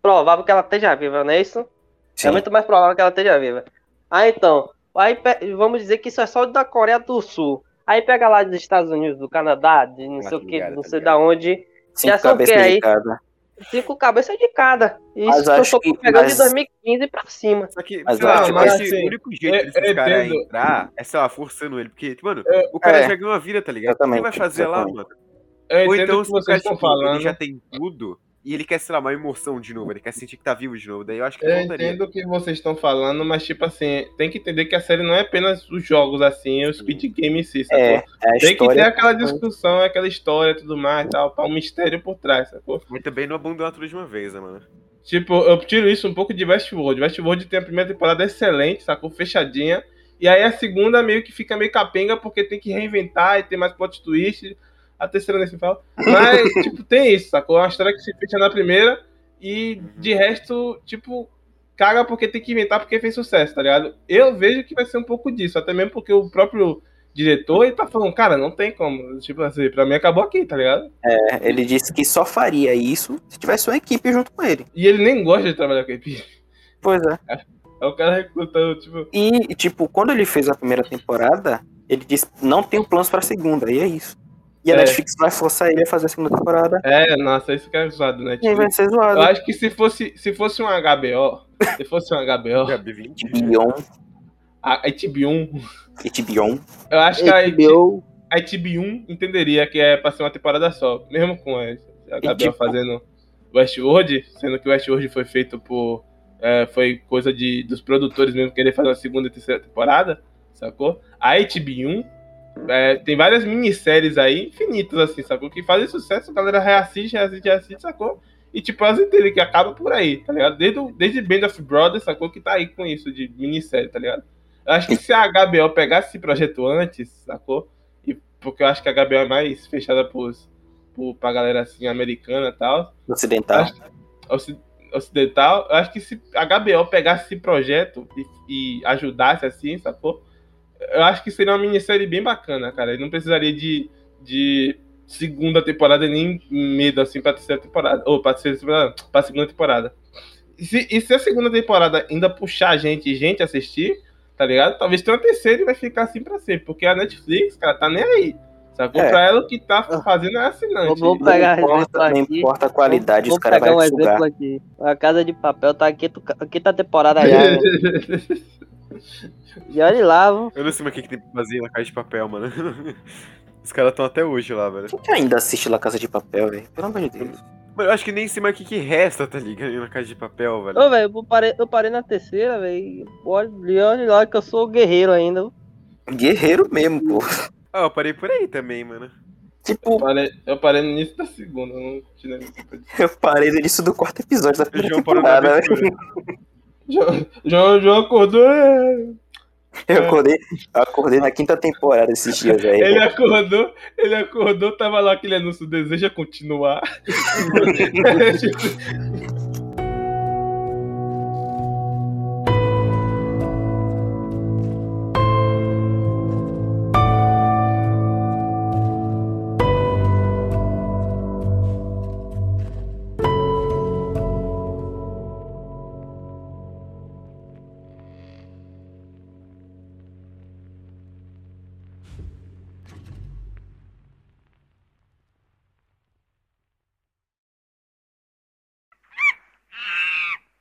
provável que ela esteja viva, não é isso? Sim. É muito mais provável que ela esteja viva. Ah, então. Aí vamos dizer que isso é só da Coreia do Sul. Aí pega lá dos Estados Unidos, do Canadá, de não Ah, sei tá o que, ligado, não tá sei ligado. da onde. Cinco Já são o quê cabeças aí? de cada. Cinco cabeças de cada. Isso Mas que eu acho tô que- pegando mas- de dois mil e quinze pra cima. Só que, Mas sei eu lá, acho tipo, que- esse, assim, o único jeito eu- desses eu caras entendo. entrar é, sei lá, forçando ele. Porque, tipo, mano, o cara É, já ganhou a vida, tá ligado? O que ele vai exatamente, fazer lá, exatamente. mano? Eu Ou entendo então, o que se o vocês cara, estão tipo, falando. ele já tem tudo e ele quer, sei lá, uma emoção de novo, ele quer sentir que tá vivo de novo, daí eu acho que Eu ele voltaria. entendo o que vocês estão falando, mas, tipo assim, tem que entender que a série não é apenas os jogos, assim, o Squid Game em si, sacou? É, é a Tem que ter história. aquela discussão, aquela história e tudo mais, tal, pra um mistério por trás, sacou? Mas também não abandonar tudo de uma vez, né, mano? Tipo, eu tiro isso um pouco de Westworld. Westworld tem a primeira temporada excelente, sacou? Fechadinha. E aí a segunda meio que fica meio capenga porque tem que reinventar e tem mais plot twist. A terceira nem se fala. Mas, tipo, tem isso, sacou? É uma história que se fecha na primeira e de resto, tipo, caga porque tem que inventar porque fez sucesso, tá ligado? Eu vejo que vai ser um pouco disso, até mesmo porque o próprio diretor, ele tá falando, cara, não tem como. Tipo assim, pra mim acabou aqui, tá ligado? É, ele disse que só faria isso se tivesse uma equipe junto com ele. E ele nem gosta de trabalhar com a equipe. Pois é. É o cara recrutando, tipo... E, tipo, quando ele fez a primeira temporada, ele disse não tenho planos pra segunda, e é isso. E a É. Netflix vai forçar ele a fazer a segunda temporada. É, nossa, isso que é zoado, né? E aí vai ser Eu zoado. acho que se fosse, se fosse um H B O, se fosse um H B O, H B vinte. Bion, a H B um, H B O. eu acho que a, H B O. a H B um entenderia que é pra ser uma temporada só, mesmo com a a H B O tipo- fazendo Westworld, sendo que o Westworld foi feito por, é, foi coisa de, dos produtores mesmo querer fazer uma segunda e terceira temporada, sacou? A H B um é, tem várias minisséries aí, infinitas assim, sacou? Que fazem sucesso, a galera reassiste, reassiste, reassiste, sacou? E tipo, elas entendem que acaba por aí, tá ligado? Desde, o- desde Band of Brothers, sacou? Que tá aí com isso de minissérie, tá ligado? Eu acho que se a H B O pegasse esse projeto antes, sacou? E, porque eu acho que a H B O é mais fechada pros, pro, pra galera assim, americana e tal. Ocidental. Acho- ocid- Ocidental, eu acho que se a H B O pegasse esse projeto e, e ajudasse assim, sacou? Eu acho que seria uma minissérie bem bacana, cara. Ele não precisaria de, de segunda temporada nem medo assim pra terceira temporada. Ou pra, terceira temporada, pra segunda temporada. E se, e se a segunda temporada ainda puxar gente e gente assistir, tá ligado? Talvez tenha uma terceira e vai ficar assim pra sempre. Porque a Netflix, cara, tá nem aí. Sacou? É. Pra ela o que tá fazendo é assinante. Vou pegar Não exemplo importa, não aqui. importa a qualidade, Vou os caras pegar vão um sugar. exemplo aqui. A Casa de Papel tá aqui, aqui tá a temporada já, velho. E olha lá, viu? Eu não sei mais o que, que tem pra fazer na Casa de Papel, mano. Os caras estão até hoje lá, velho. Quem que ainda assiste La Casa de Papel, velho? Pelo amor de Deus. Mano, eu acho que nem sei mais o que, que resta, tá ligado? Na Casa de Papel, velho. Ô, velho, eu parei, eu parei na terceira, velho. Olha, olha lá que eu sou guerreiro ainda. viu? Guerreiro mesmo, pô. Ah, eu parei por aí também, mano. Eu Tipo, parei, eu parei no início da segunda, eu não tirei muito tempo de- eu parei no início do quarto episódio da O primeira João parou na temporada, abertura. velho. João, João, João acordou, é. Eu acordei, eu acordei na quinta temporada esses dias, velho. Ele acordou, ele acordou, tava lá aquele anúncio, deseja continuar. Tipo,